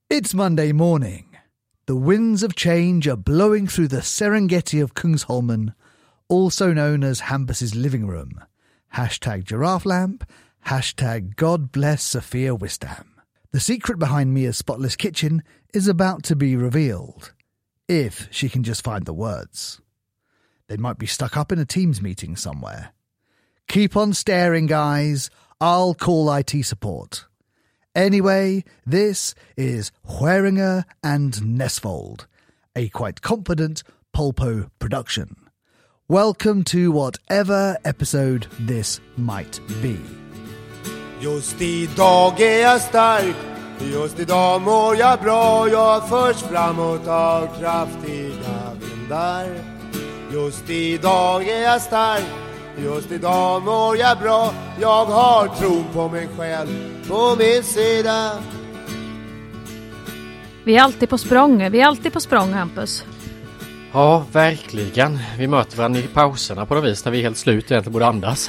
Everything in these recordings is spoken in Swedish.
It's Monday morning. The winds of change are blowing through the Serengeti of Kungsholmen, also known as Hampus's living room. #giraffe lamp, #God bless Sophia Wistam. The secret behind Mia's spotless kitchen is about to be revealed, if she can just find the words. They might be stuck up in a Teams meeting somewhere. Keep on staring, guys. I'll call IT support. Anyway, this is Schweringer and Nesvold, a quite competent Polpo production. Welcome to whatever episode this might be. Just idag är jag stark, just idag mår jag bra. Jag förs framåt av kraftiga vindar. Just idag är jag stark, just idag mår jag bra. Jag har tron på mig själv på min sida. Vi är alltid på språng, Hampus. Ja, verkligen. Vi möter varandra i pauserna på något vis när vi är helt slut och egentligen borde andas.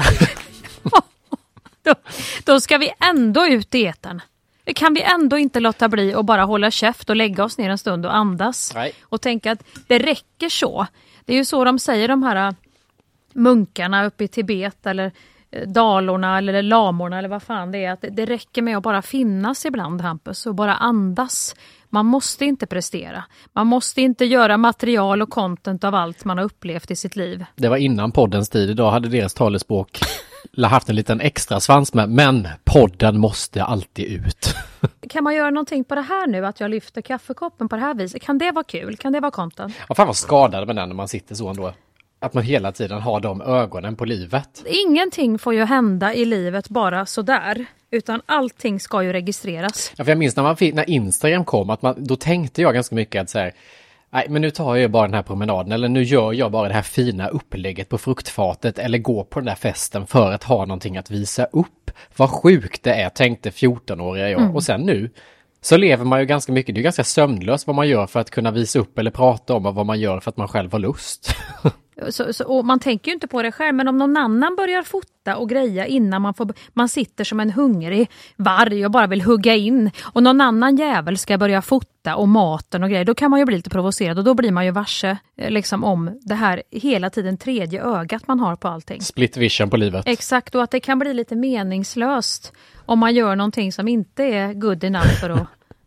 Då ska vi ändå ut i etern. Kan vi ändå inte låta bli och bara hålla käft och lägga oss ner en stund och andas? Nej. Och tänka att det räcker så. Det är ju så de säger, de här munkarna uppe i Tibet eller dalorna eller lamorna eller vad fan det är. Att det räcker med att bara finnas ibland, Hampus, och bara andas. Man måste inte prestera. Man måste inte göra material och content av allt man har upplevt i sitt liv. Det var innan poddens tid. Idag hade deras talespråk haft en liten extra svans med. Men podden måste alltid ut. Kan man göra någonting på det här nu? Att jag lyfter kaffekoppen på det här viset? Kan det vara kul? Kan det vara content? Ja, fan vad skadad med den när man sitter så ändå. Att man hela tiden har de ögonen på livet. Ingenting får ju hända i livet bara sådär. Utan allting ska ju registreras. Ja, för jag minns när Instagram kom, då tänkte jag ganska mycket att så här, nej, men nu tar jag bara den här promenaden, eller nu gör jag bara det här fina upplägget på fruktfatet, eller går på den där festen för att ha någonting att visa upp. Vad sjukt det är, tänkte 14-åriga jag. Och sen nu så lever man ju ganska mycket, det är ganska sömnlöst vad man gör för att kunna visa upp eller prata om vad man gör för att man själv har lust. Och man tänker ju inte på det själv, men om någon annan börjar fota och greja innan man sitter som en hungrig varg och bara vill hugga in, och någon annan jävel ska börja fota och maten och grejer, då kan man ju bli lite provocerad och då blir man ju varse liksom om det här hela tiden tredje ögat man har på allting. Split vision på livet. Exakt, och att det kan bli lite meningslöst om man gör någonting som inte är good enough för att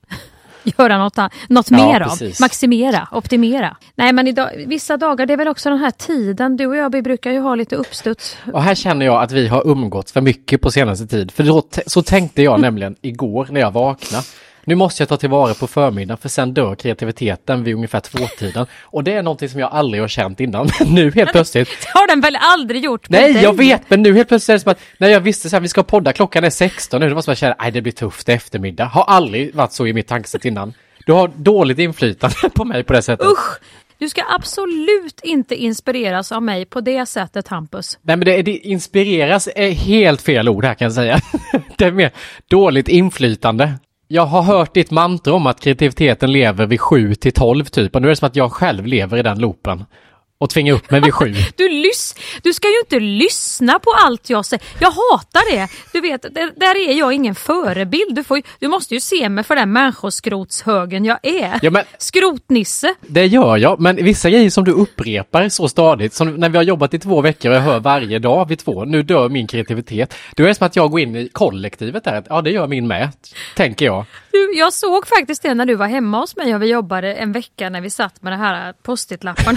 göra något mer av. Precis. Maximera, optimera. Nej, men vissa dagar, det är väl också den här tiden. Du och jag, vi brukar ju ha lite uppstuds. Och här känner jag att vi har umgått för mycket på senaste tid. För då, så tänkte jag nämligen igår när jag vaknade. Nu måste jag ta tillvara på förmiddagen, för sen dör kreativiteten vid ungefär 2-tiden. Och det är någonting som jag aldrig har känt innan. Nu helt plötsligt. Det har den väl aldrig gjort? Nej, jag vet, men nu helt plötsligt är det som att när jag visste så här, vi ska podda, klockan är 16 nu, då måste man känna, nej, det blir tufft eftermiddag. Har aldrig varit så i mitt tankesätt innan. Du har dåligt inflytande på mig på det sättet. Usch! Du ska absolut inte inspireras av mig på det sättet, Hampus. Nej, men det inspireras är helt fel ord här, kan jag säga. Det är mer dåligt inflytande. Jag har hört ditt mantra om att kreativiteten lever vid 7-12 typ. Och nu är det som att jag själv lever i den loopen. Och tvinga upp mig vid 7. Du ska ju inte lyssna på allt jag säger. Jag hatar det. Du vet, där är jag ingen förebild. Du måste ju se mig för den människoskroutshögen jag är. Ja, men skrotnisse. Det gör jag, men vissa grejer som du upprepar så stadigt. Som när vi har jobbat i 2 veckor och jag hör varje dag vid 2. Nu dör min kreativitet. Det är som att jag går in i kollektivet där. Ja, det gör min med, tänker jag. Jag såg faktiskt det när du var hemma hos mig och vi jobbade en vecka när vi satt med det här post-it-lapparna.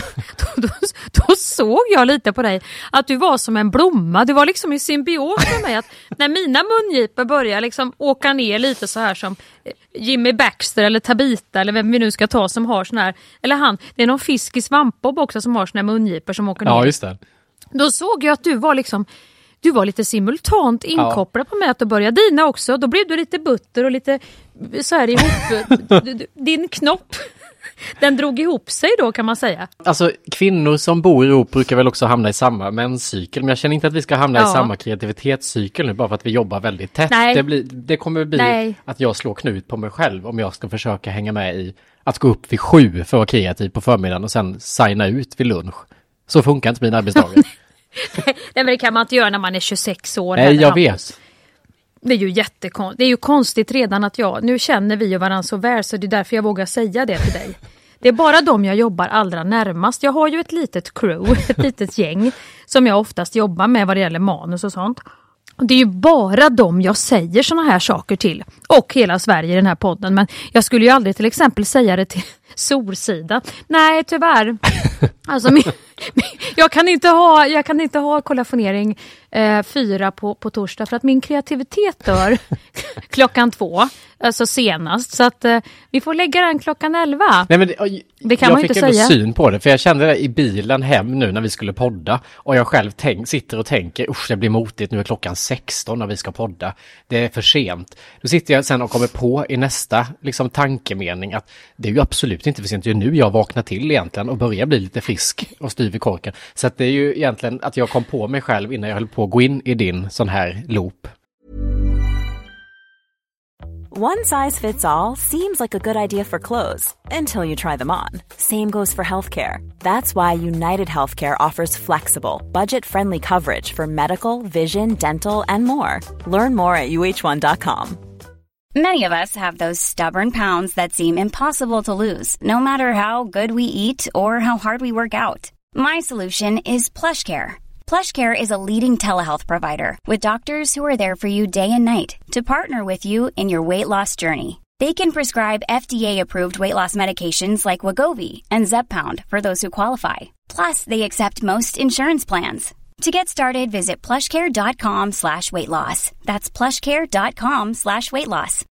Då såg jag lite på dig att du var som en blomma. Du var liksom i symbios med mig. Att när mina mungipor börjar liksom åka ner lite så här som Jimmy Baxter eller Tabita eller vem vi nu ska ta som har sån här, eller det är någon fisk i Svampbob också som har såna här mungipor som åker ner. Ja, just det. Då såg jag att du var lite simultant inkopplad på mig, att du började dina också. Då blev du lite butter och lite så här ihop. Din knopp, den drog ihop sig då, kan man säga. Alltså kvinnor som bor ihop brukar väl också hamna i samma menscykel. Men jag känner inte att vi ska hamna i samma kreativitetscykel nu bara för att vi jobbar väldigt tätt. Det kommer bli att jag slår knut på mig själv om jag ska försöka hänga med i att gå upp vid 7 för att vara kreativ på förmiddagen och sen signa ut vid lunch. Så funkar inte mina arbetsdagar. Nej, men det kan man inte göra när man är 26 år. Nej, jag vet. Det är ju jättekonstigt. Det är ju konstigt redan att nu känner vi ju varandra så väl, så det är därför jag vågar säga det till dig. Det är bara de jag jobbar allra närmast. Jag har ju ett litet crew, ett litet gäng som jag oftast jobbar med vad det gäller manus och sånt. Det är ju bara dem jag säger såna här saker till. Och hela Sverige i den här podden. Men jag skulle ju aldrig till exempel säga det till Solsida. Nej, tyvärr. Alltså, jag kan inte ha kollationering 4 på torsdag för att min kreativitet dör klockan 2. Alltså senast. Så att vi får lägga den klockan 11. Nej, men det kan man inte säga. Jag fick ändå syn på det. För jag kände det i bilen hem nu när vi skulle podda. Och jag själv sitter och tänker, usch, det blir motigt, nu är klockan 16 när vi ska podda. Det är för sent. Då sitter jag sen och kommer på i nästa liksom, tankemening att det är ju absolut inte för sent. Det är nu jag vaknar till egentligen och börjar bli lite frisk och styv i korken. Så att det är ju egentligen att jag kom på mig själv innan jag höll på att gå in i din sån här loop. One size fits all seems like a good idea for clothes until you try them on. Same goes for healthcare. That's why United Healthcare offers flexible, budget-friendly coverage for medical, vision, dental, and more. Learn more at uh1.com. Many of us have those stubborn pounds that seem impossible to lose, no matter how good we eat or how hard we work out. My solution is PlushCare. PlushCare is a leading telehealth provider with doctors who are there for you day and night to partner with you in your weight loss journey. They can prescribe FDA-approved weight loss medications like Wegovy and Zepbound for those who qualify. Plus, they accept most insurance plans. To get started, visit plushcare.com/weightloss. That's plushcare.com/weightloss.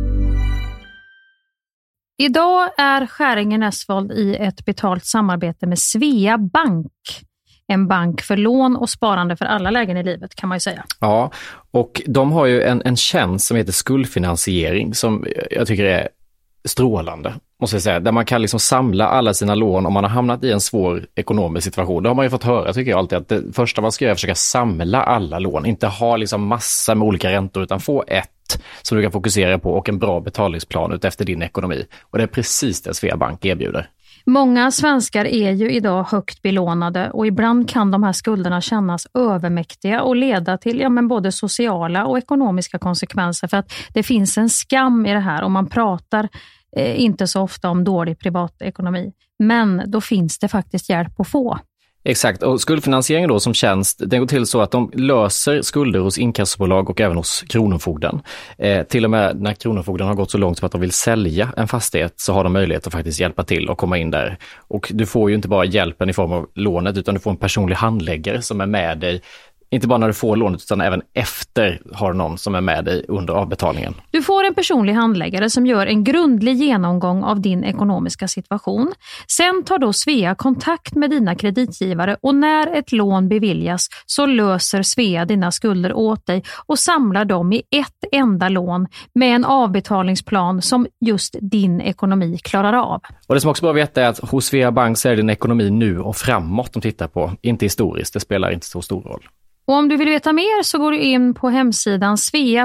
Idag är Skäringen Esvold i ett betalt samarbete med Svea Bank. En bank för lån och sparande för alla lägen i livet, kan man ju säga. Ja, och de har ju en tjänst som heter skuldfinansiering som jag tycker är strålande, måste jag säga. Där man kan liksom samla alla sina lån om man har hamnat i en svår ekonomisk situation. Det har man ju fått höra, tycker jag alltid, att det första man ska göra är att försöka samla alla lån. Inte ha liksom massa med olika räntor, utan få ett som du kan fokusera på och en bra betalningsplan ut efter din ekonomi. Och det är precis det Svea Bank erbjuder. Många svenskar är ju idag högt belånade och ibland kan de här skulderna kännas övermäktiga och leda till både sociala och ekonomiska konsekvenser, för att det finns en skam i det här och man pratar inte så ofta om dålig privatekonomi. Men då finns det faktiskt hjälp att få. Exakt, och skuldfinansieringen då som tjänst, den går till så att de löser skulder hos inkassobolag och även hos kronofogden. Till och med när kronofogden har gått så långt så att de vill sälja en fastighet så har de möjlighet att faktiskt hjälpa till och komma in där. Och du får ju inte bara hjälpen i form av lånet, utan du får en personlig handläggare som är med dig. Inte bara när du får lånet utan även efter har någon som är med dig under avbetalningen. Du får en personlig handläggare som gör en grundlig genomgång av din ekonomiska situation. Sen tar då Svea kontakt med dina kreditgivare och när ett lån beviljas så löser Svea dina skulder åt dig och samlar dem i ett enda lån med en avbetalningsplan som just din ekonomi klarar av. Och det som också bör veta är att hos Svea Bank så är din ekonomi nu och framåt de tittar på, inte historiskt. Det spelar inte så stor roll. Och om du vill veta mer så går du in på hemsidan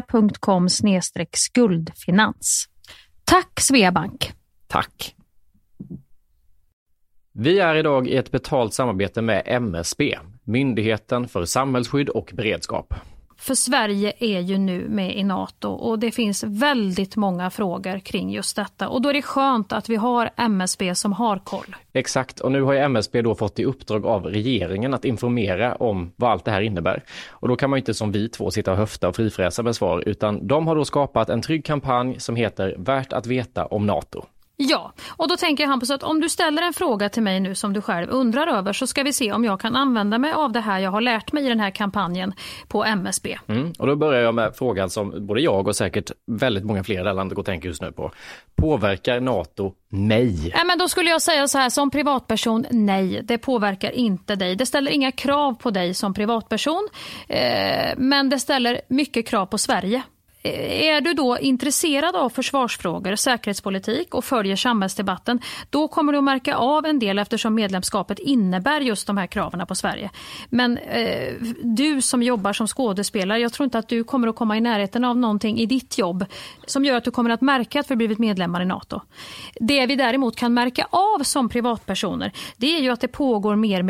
svea.com/skuldfinans. Tack Svea Bank. Tack. Vi är idag i ett betalt samarbete med MSB, Myndigheten för samhällsskydd och beredskap. För Sverige är ju nu med i NATO och det finns väldigt många frågor kring just detta. Och då är det skönt att vi har MSB som har koll. Exakt, och nu har ju MSB då fått i uppdrag av regeringen att informera om vad allt det här innebär. Och då kan man ju inte som vi två sitta och höfta och frifräsa med svar, utan de har då skapat en trygg kampanj som heter Värt att veta om NATO. Ja, och då tänker jag Hampus att om du ställer en fråga till mig nu som du själv undrar över så ska vi se om jag kan använda mig av det här jag har lärt mig i den här kampanjen på MSB. Och då börjar jag med frågan som både jag och säkert väldigt många fler där landet går och tänker just nu på. Påverkar NATO mig? Ja, men då skulle jag säga så här, som privatperson, nej, det påverkar inte dig. Det ställer inga krav på dig som privatperson, men det ställer mycket krav på Sverige. Är du då intresserad av försvarsfrågor, säkerhetspolitik och följer samhällsdebatten, då kommer du att märka av en del eftersom medlemskapet innebär just de här kraven på Sverige. Men du som jobbar som skådespelare, jag tror inte att du kommer att komma i närheten av någonting i ditt jobb som gör att du kommer att märka att vi blivit medlemmar i NATO. Det vi däremot kan märka av som privatpersoner, det är ju att det pågår mer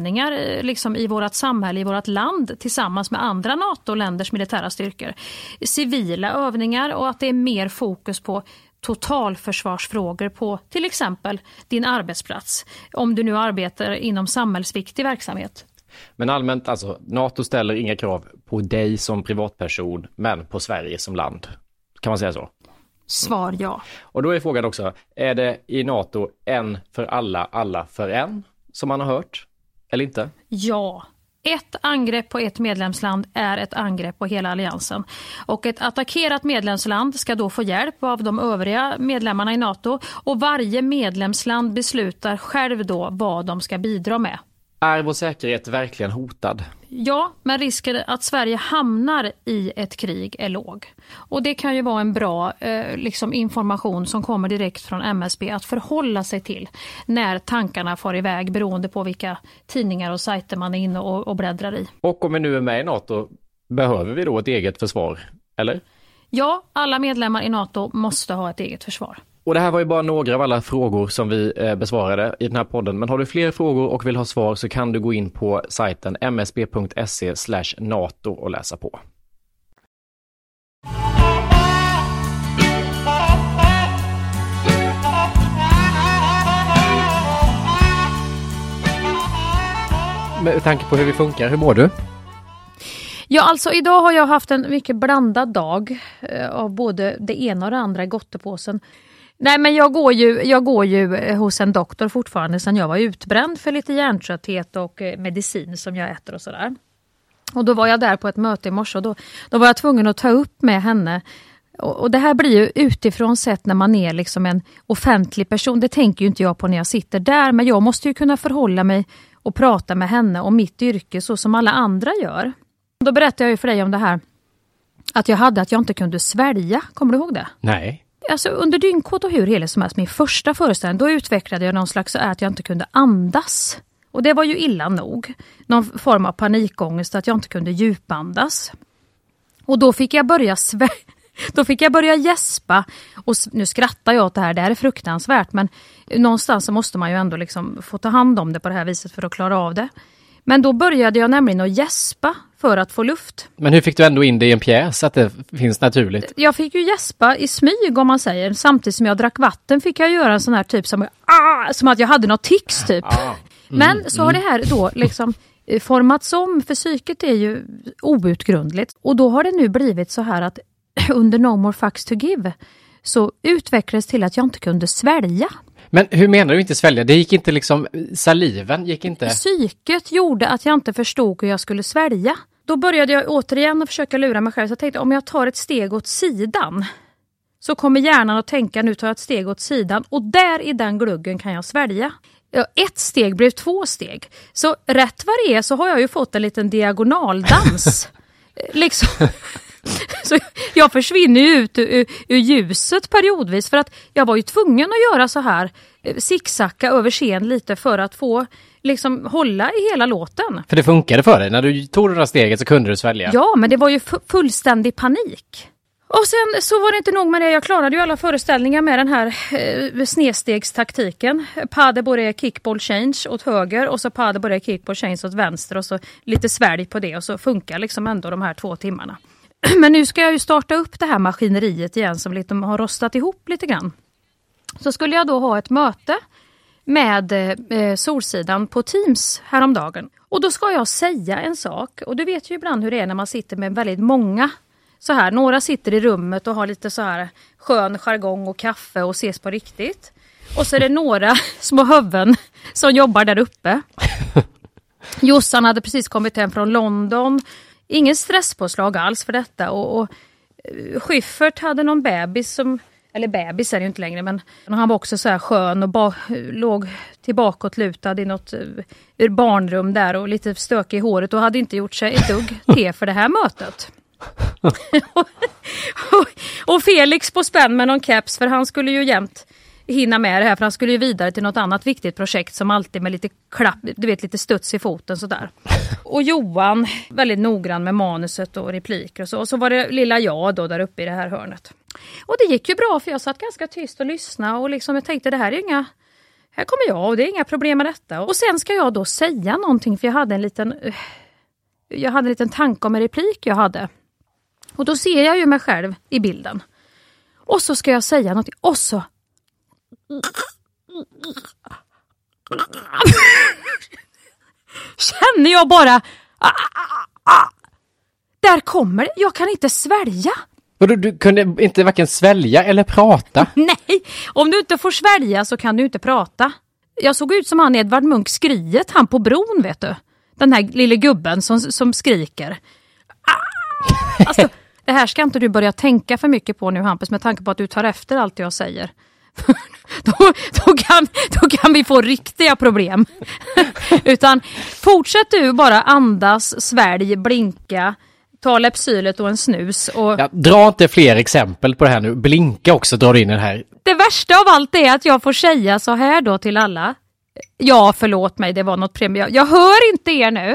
militärövningar liksom i vårt samhälle, i vårt land tillsammans med andra NATO-länders militära styrkor. civila övningar och att det är mer fokus på totalförsvarsfrågor på till exempel din arbetsplats. Om du nu arbetar inom samhällsviktig verksamhet. Men allmänt, alltså, NATO ställer inga krav på dig som privatperson, men på Sverige som land. Kan man säga så? Svar ja. Och då är frågan också, är det i NATO en för alla, alla för en, som man har hört, eller inte? Ja. Ett angrepp på ett medlemsland är ett angrepp på hela alliansen. Och ett attackerat medlemsland ska då få hjälp av de övriga medlemmarna i NATO. Och varje medlemsland beslutar själv då vad de ska bidra med. Är vår säkerhet verkligen hotad? Ja, men risken att Sverige hamnar i ett krig är låg. Och det kan ju vara en bra information som kommer direkt från MSB att förhålla sig till när tankarna far iväg beroende på vilka tidningar och sajter man är inne och bläddrar i. Och om vi nu är med i NATO, behöver vi då ett eget försvar, eller? Ja, alla medlemmar i NATO måste ha ett eget försvar. Och det här var ju bara några av alla frågor som vi besvarade i den här podden. Men har du fler frågor och vill ha svar så kan du gå in på sajten msb.se/NATO och läsa på. Med tanke på hur vi funkar, hur mår du? Ja, alltså idag har jag haft en mycket blandad dag av både det ena och det andra i gottepåsen. Nej, men jag går ju hos en doktor fortfarande sedan jag var utbränd för lite hjärntrötthet och medicin som jag äter och sådär. Och då var jag där på ett möte i morse och då var jag tvungen att ta upp med henne. Och det här blir ju utifrån sett när man är liksom en offentlig person. Det tänker ju inte jag på när jag sitter där, men jag måste ju kunna förhålla mig och prata med henne om mitt yrke så som alla andra gör. Då berättade jag ju för dig om det här att jag inte kunde svälja. Kommer du ihåg det? Nej. Alltså under dyngkåt och hur hela som helst, min första föreställning, då utvecklade jag någon slags att jag inte kunde andas. Och det var ju illa nog. Någon form av panikångest att jag inte kunde djupandas. Och då fick jag börja gäspa. Och nu skrattar jag åt det här är fruktansvärt. Men någonstans så måste man ju ändå liksom få ta hand om det på det här viset för att klara av det. Men då började jag nämligen att gäspa för att få luft. Men hur fick du ändå in det i en pjäs att det finns naturligt? Jag fick ju gäspa i smyg om man säger. Samtidigt som jag drack vatten fick jag göra en sån här typ som att jag hade något tics typ. Men så har det här då liksom formats om, för psyket är ju outgrundligt. Och då har det nu blivit så här att under No More Fucks to Give så utvecklades till att jag inte kunde svälja. Men hur menar du inte svälja? Det gick inte liksom, saliven gick inte? Psyket gjorde att jag inte förstod hur jag skulle svälja. Då började jag återigen att försöka lura mig själv. Så jag tänkte, om jag tar ett steg åt sidan så kommer hjärnan att tänka, nu tar jag ett steg åt sidan. Och där i den gluggen kan jag svälja. Ett steg blev 2 steg. Så rätt vad det är så har jag ju fått en liten diagonaldans. liksom. Så jag försvinner ju ut ur ljuset periodvis för att jag var ju tvungen att göra så här, zigzacka över scen lite för att få liksom hålla i hela låten. För det funkade för dig, när du tog det där steget så kunde du svälja. Ja, men det var ju fullständig panik. Och sen så var det inte nog med det, jag klarade ju alla föreställningar med den här snedstegstaktiken. Pas de bourrée kickball change åt höger och så pas de bourrée kickball change åt vänster och så lite svälj på det och så funkar liksom ändå de här 2 timmarna. Men nu ska jag ju starta upp det här maskineriet igen som lite har rostat ihop lite grann. Så skulle jag då ha ett möte med Solsidan på Teams häromdagen. Och då ska jag säga en sak. Och du vet ju ibland hur det är när man sitter med väldigt många så här. Några sitter i rummet och har lite så här skön jargong och kaffe och ses på riktigt. Och så är det några små huvuden som jobbar där uppe. Jossan hade precis kommit hem från London. Ingen stresspåslag alls för detta och Schyffert hade någon bebis som, eller bebis är det ju inte längre, men han var också så här skön och låg tillbakåtlutad i något barnrum där och lite stökig i håret och hade inte gjort sig ett dugg te för det här mötet. och Felix på spänn med någon caps för han skulle ju jämt hinna med det här för han skulle ju vidare till något annat viktigt projekt som alltid med lite klapp, du vet lite studs i foten sådär. Och Johan väldigt noggrann med manuset och repliker och så var det lilla jag då där uppe i det här hörnet. Och det gick ju bra för jag satt ganska tyst och lyssnade och liksom jag tänkte det här är inga, här kommer jag och det är inga problem med detta. Och sen ska jag då säga någonting för jag hade en liten tanke om en replik jag hade. Och då ser jag ju mig själv i bilden. Och så ska jag säga något. Och så... känner jag bara... Där kommer det. Jag kan inte svälja. Du kunde inte varken svälja eller prata? Nej, om du inte får svälja så kan du inte prata. Jag såg ut som han Edvard Munch skriet, han på bron, vet du. Den här lille gubben som skriker. Alltså, det här ska inte du börja tänka för mycket på nu, Hampus, med tanke på att du tar efter allt jag säger. då kan vi få riktiga problem. Utan fortsätt du bara andas, svälj, blinka, ta Lepsylet och en snus. Och... Ja, dra inte fler exempel på det här nu. Blinka också, drar in den här. Det värsta av allt är att jag får säga så här då till alla. Ja, förlåt mig, det var något premium. Jag hör inte er nu.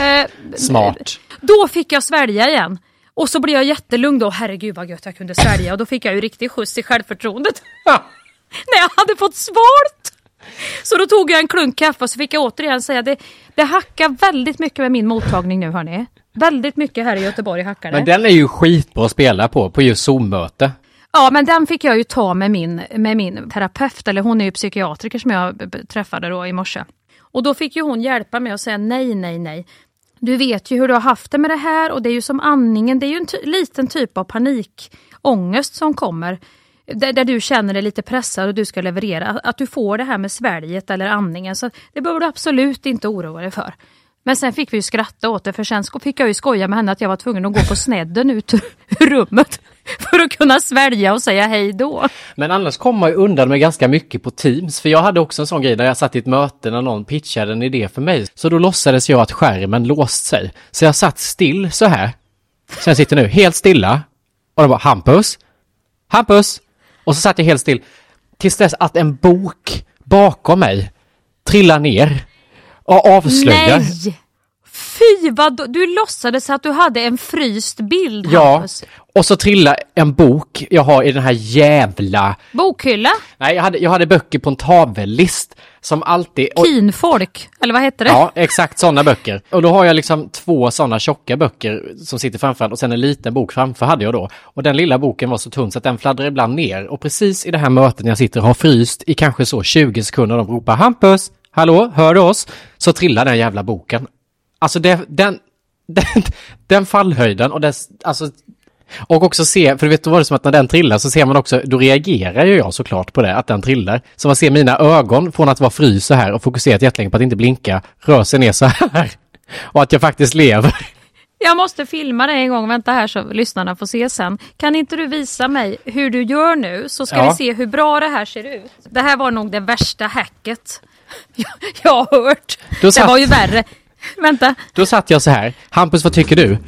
Smart. Då fick jag svälja igen. Och så blev jag jättelugn då. Herregud vad gött jag kunde svälja. Och då fick jag ju riktigt skjuts i självförtroendet. När jag hade fått svalt. Så då tog jag en klunk kaffe och så fick jag återigen säga det hackar väldigt mycket med min mottagning nu, hörni. Väldigt mycket här i Göteborg hackar det. Men den är ju skitbra att spela på just Zoom-möte. Ja, men den fick jag ju ta med min terapeut, eller hon är ju psykiatriker som jag träffade då i morse. Och då fick ju hon hjälpa mig att säga nej. Du vet ju hur du har haft det med det här, och det är ju som andningen, det är ju en liten typ av panikångest som kommer. Där du känner dig lite pressad och du ska leverera. Att du får det här med sväljet eller andningen, så det behöver du absolut inte oroa dig för. Men sen fick vi ju skratta åt det, för sen fick jag ju skoja med henne att jag var tvungen att gå på snedden ut ur rummet för att kunna svälja och säga hej då. Men annars kommer man ju undan med ganska mycket på Teams. För jag hade också en sån grej där jag satt i ett möte när någon pitchade en idé för mig. Så då låtsades jag att skärmen låst sig. Så jag satt still så här. Sen sitter nu helt stilla. Och då bara, Hampus. Och så satt jag helt still. Tills dess att en bok bakom mig trillar ner. Och avslöjar. Nej! Fy vad du låtsades att du hade en fryst bild. Ja, Hampus. Och så trillar en bok jag har i den här jävla... Bokhylla? Nej, jag hade böcker på en tavellist som alltid... Kinfolk, eller vad heter det? Ja, exakt sådana böcker. Och då har jag liksom 2 sådana tjocka böcker som sitter framför, och sen en liten bok framför hade jag då. Och den lilla boken var så tunn så att den fladdrar ibland ner. Och precis i det här mötet när jag sitter och har fryst i kanske så 20 sekunder och de ropar Hampus, hallå, hör du oss? Så trillar den jävla boken. Alltså den fallhöjden och dess, alltså, och också se, för du vet, då var det som att när den trillar så ser man också, då reagerar ju jag såklart på det, att den trillar. Så man ser mina ögon från att vara frys så här och fokuserat jättelänge på att inte blinka, rör sig ner så här. Och att jag faktiskt lever. Jag måste filma det en gång, vänta här så lyssnarna får se sen. Kan inte du visa mig hur du gör nu, så ska vi se hur bra det här ser ut. Det här var nog det värsta hacket jag har hört. Det var ju värre. Vänta. Då satt jag så här. Hampus, vad tycker du?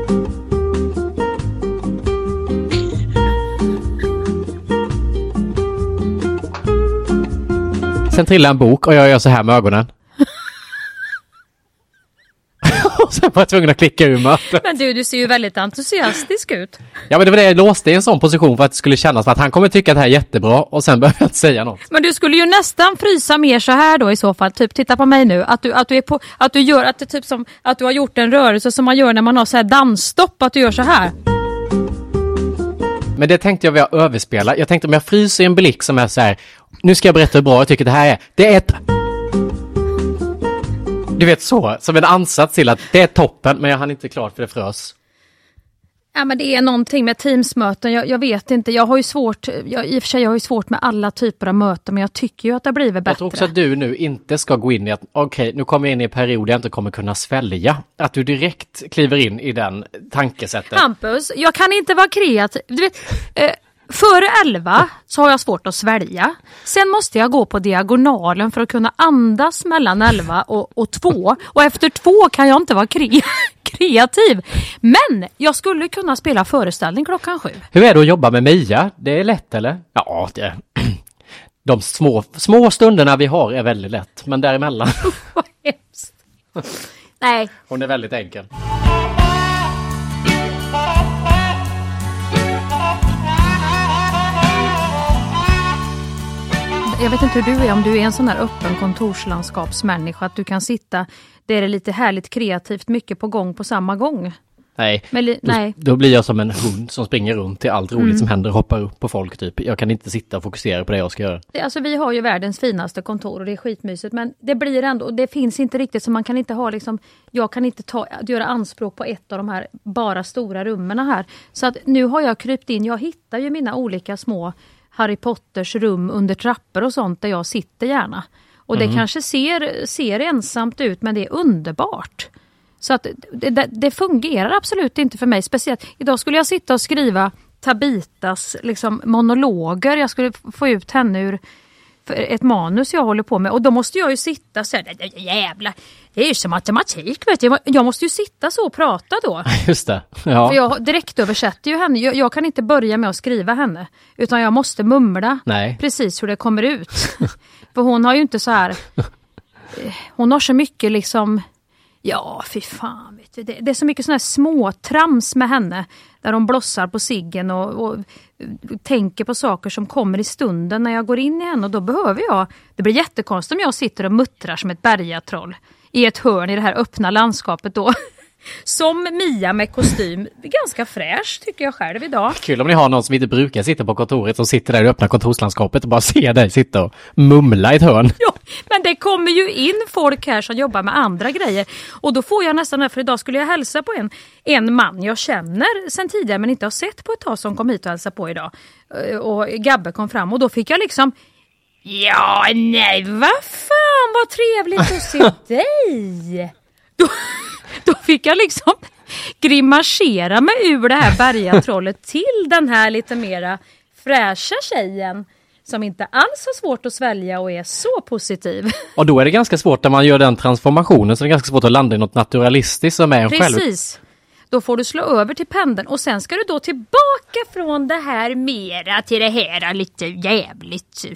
Sen trillar en bok och jag gör så här med ögonen. Och sen var jag tvungen att klicka ur mötet. Men du ser ju väldigt entusiastisk ut. Ja, men det var det jag låste i en sån position för att det skulle kännas som att han kommer tycka att det här är jättebra, och sen behöver jag inte säga något. Men du skulle ju nästan frysa mer så här då i så fall. Typ, titta på mig nu. Att du gör att det typ som att du har gjort en rörelse som man gör när man har så här dansstopp, att du gör så här. Men det tänkte jag vilja överspela. Jag tänkte om jag fryser i en blick som är så här, nu ska jag berätta hur bra jag tycker det här är. Det är ett... Du vet så, som en ansats till att det är toppen, men jag hann inte klart för det frös. Ja, men det är någonting med Teams-möten. Jag vet inte, jag har ju svårt med alla typer av möten, men jag tycker ju att det har blivit bättre. Jag tror också att du nu inte ska gå in i att okej, nu kommer jag in i en period där jag inte kommer kunna svälja. Att du direkt kliver in i den tankesättet. Hampus, jag kan inte vara kreativ. Du vet, före 11 så har jag svårt att svälja. Sen måste jag gå på diagonalen för att kunna andas mellan 11 och 2. Och efter 2 kan jag inte vara kreativ. Men jag skulle kunna spela föreställning 7:00. Hur är det att jobba med Mia? Det är lätt, eller? Ja, det är... De små stunderna vi har är väldigt lätt. Men däremellan... Vad hemskt. Nej. Hon är väldigt enkel. Jag vet inte hur du är, om du är en sån här öppen kontorslandskapsmänniska, att du kan sitta, det är lite härligt kreativt, mycket på gång på samma gång. Nej, nej. Då blir jag som en hund som springer runt till allt roligt som händer och hoppar upp på folk typ. Jag kan inte sitta och fokusera på det jag ska göra. Alltså vi har ju världens finaste kontor och det är skitmysigt, men det blir ändå, det finns inte riktigt, så man kan inte ha liksom, jag kan inte göra anspråk på ett av de här bara stora rummen här. Så att nu har jag krypt in, jag hittar ju mina olika små Harry Potters rum under trappor och sånt där jag sitter gärna. Och det kanske ser ensamt ut, men det är underbart. Så att det fungerar absolut inte för mig. Speciellt idag skulle jag sitta och skriva Tabitas liksom, monologer. Jag skulle få ut henne ur ett manus jag håller på med. Och då måste jag ju sitta så här, jävla, det är ju som matematik, vet du. Jag måste ju sitta så och prata då. Just det, ja. För jag direkt översätter ju henne. Jag kan inte börja med att skriva henne. Utan jag måste mumla precis hur det kommer ut. För hon har ju inte så här, hon har så mycket liksom, ja, fy fan, vet du. Det är så mycket såna här små trams med henne. Där de blossar på ciggen och tänker på saker som kommer i stunden när jag går in i henne. Och då behöver jag, det blir jättekonstigt om jag sitter och muttrar som ett bergatroll i ett hörn i det här öppna landskapet då. Som Mia med kostym. Ganska fräsch tycker jag själv idag. Kul om ni har någon som inte brukar sitta på kontoret som sitter där i öppna kontorslandskapet och bara ser dig sitta och mumla i ett hörn. Ja, men det kommer ju in folk här som jobbar med andra grejer. Och då får jag nästan, för idag skulle jag hälsa på en man jag känner sen tidigare men inte har sett på ett tag, som kom hit och hälsade på idag. Och Gabbe kom fram och då fick jag liksom, ja nej, vad fan vad trevligt att se dig. Då fick jag liksom grimasera mig ur det här bergatrollet till den här lite mera fräscha tjejen som inte alls har svårt att svälja och är så positiv. Och då är det ganska svårt när man gör den transformationen, så det är ganska svårt att landa i något naturalistiskt som är en själv. Precis. Då får du slå över till pendeln och sen ska du då tillbaka från det här mera till det här lite jävligt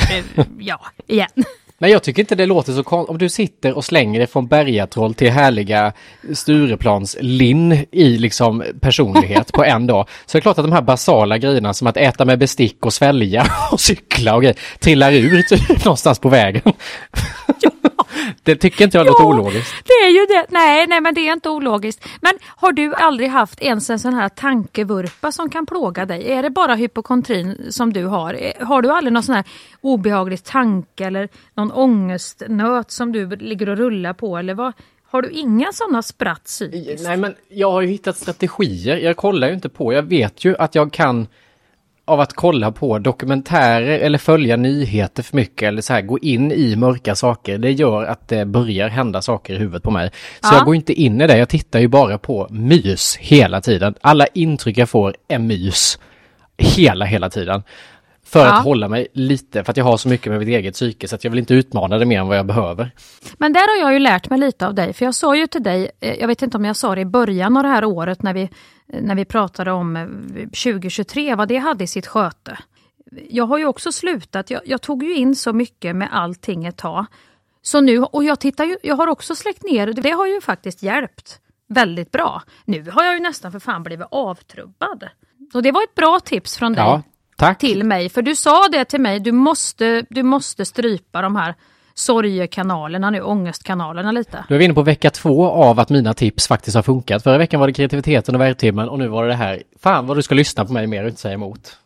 igen. Men jag tycker inte det låter så konstigt om du sitter och slänger dig från bergatroll till härliga Stureplans Linn i liksom personlighet på en dag. Så det är klart att de här basala grejerna som att äta med bestick och svälja och cykla och grejer trillar ut någonstans på vägen. Ja. Det tycker inte jag låter ologiskt. Det är ju det. Nej, men det är inte ologiskt. Men har du aldrig haft ens en sån här tankevurpa som kan plåga dig? Är det bara hypokondrin som du har? Har du aldrig någon sån här obehaglig tanke eller någon ångestnöt som du ligger och rullar på? Eller vad? Har du inga sådana spratt psykiskt? Nej, men jag har ju hittat strategier. Jag kollar ju inte på. Jag vet ju att jag kan av att kolla på dokumentärer eller följa nyheter för mycket eller så här gå in i mörka saker. Det gör att det börjar hända saker i huvudet på mig. Så jag går inte in i det. Jag tittar ju bara på mys hela tiden. Alla intryck jag får är mys. Hela tiden. För att hålla mig lite, för att jag har så mycket med mitt eget psyke så att jag vill inte utmana det mer än vad jag behöver. Men där har jag ju lärt mig lite av dig. För jag sa ju till dig, jag vet inte om jag sa det i början av det här året när vi pratade om 2023, vad det hade i sitt sköte. Jag har ju också slutat, jag tog ju in så mycket med allting ett tag. Så nu, och jag har också släckt ner, det har ju faktiskt hjälpt väldigt bra. Nu har jag ju nästan för fan blivit avtrubbad. Så det var ett bra tips från dig. Ja. Tack. Till mig, för du sa det till mig, du måste strypa de här sorgekanalerna nu, ångestkanalerna lite. Då är vi inne på vecka 2 av att mina tips faktiskt har funkat. Förra veckan var det kreativiteten och verktimmen och nu var det här. Fan vad du ska lyssna på mig mer och inte säga emot.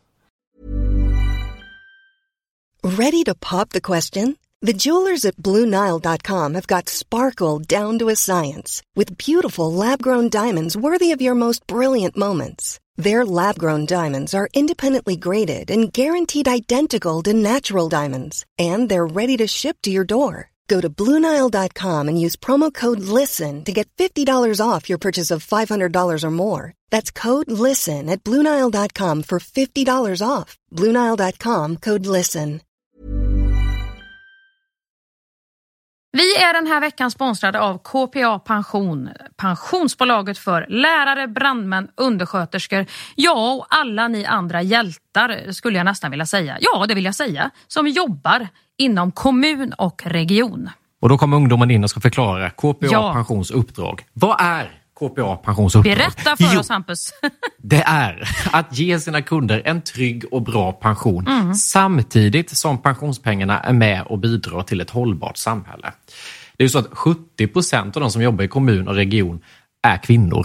Ready to pop the question? The jewelers at BlueNile.com have got sparkle down to a science with beautiful lab-grown diamonds worthy of your most brilliant moments. Their lab-grown diamonds are independently graded and guaranteed identical to natural diamonds. And they're ready to ship to your door. Go to BlueNile.com and use promo code LISTEN to get $50 off your purchase of $500 or more. That's code LISTEN at BlueNile.com for $50 off. BlueNile.com, code LISTEN. Vi är den här veckan sponsrade av KPA Pension, pensionsbolaget för lärare, brandmän, undersköterskor, ja och alla ni andra hjältar skulle jag nästan vilja säga. Ja, det vill jag säga, som jobbar inom kommun och region. Och då kommer ungdomen in och ska förklara KPA Pensions uppdrag. Vad är KPA Pensions uppdrag? Berätta för oss, Hampus. Det är att ge sina kunder en trygg och bra pension samtidigt som pensionspengarna är med och bidrar till ett hållbart samhälle. Det är ju så att 70% av de som jobbar i kommun och region är kvinnor.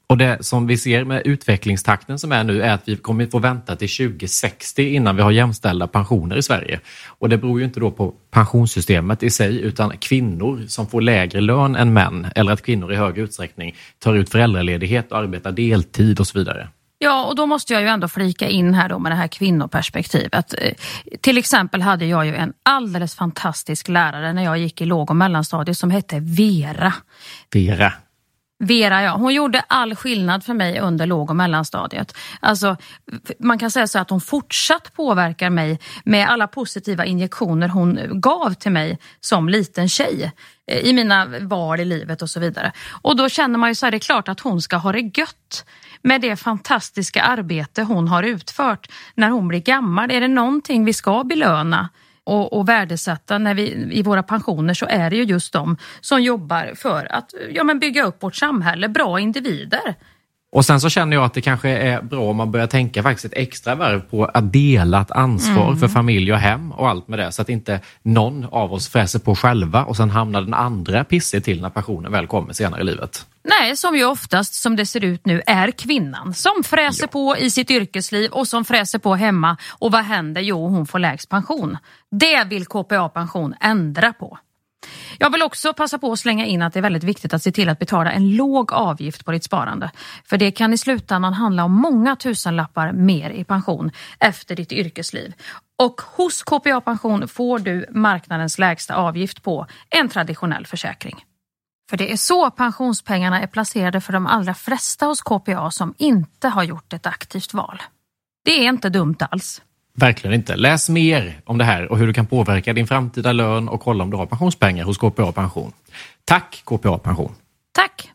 Och det som vi ser med utvecklingstakten som är nu är att vi kommer få vänta till 2060 innan vi har jämställda pensioner i Sverige. Och det beror ju inte då på pensionssystemet i sig utan kvinnor som får lägre lön än män eller att kvinnor i hög utsträckning tar ut föräldraledighet och arbetar deltid och så vidare. Ja, och då måste jag ju ändå flika in här då med det här kvinnoperspektivet. Till exempel hade jag ju en alldeles fantastisk lärare när jag gick i låg- och mellanstadiet som hette Vera. Vera, ja. Hon gjorde all skillnad för mig under låg- och mellanstadiet. Alltså, man kan säga så att hon fortsatt påverkar mig med alla positiva injektioner hon gav till mig som liten tjej i mina val i livet och så vidare. Och då känner man ju så här, det är klart att hon ska ha det gött med det fantastiska arbete hon har utfört när hon blir gammal. Är det någonting vi ska belöna och värdesätta när vi i våra pensioner, så är det ju just de som jobbar för att bygga upp vårt samhälle, bra individer. Och sen så känner jag att det kanske är bra om man börjar tänka faktiskt ett extra varv på att dela ett ansvar för familj och hem och allt med det. Så att inte någon av oss fräser på själva och sen hamnar den andra pissig till när pensionen väl kommer senare i livet. Nej, som ju oftast som det ser ut nu är kvinnan som fräser på i sitt yrkesliv och som fräser på hemma. Och vad händer? Jo, hon får lägst pension. Det vill KPA-pension ändra på. Jag vill också passa på att slänga in att det är väldigt viktigt att se till att betala en låg avgift på ditt sparande. För det kan i slutändan handla om många tusenlappar mer i pension efter ditt yrkesliv. Och hos KPA-pension får du marknadens lägsta avgift på en traditionell försäkring. För det är så pensionspengarna är placerade för de allra flesta hos KPA som inte har gjort ett aktivt val. Det är inte dumt alls. Verkligen inte. Läs mer om det här och hur du kan påverka din framtida lön och kolla om du har pensionspengar hos KPA Pension. Tack KPA Pension. Tack!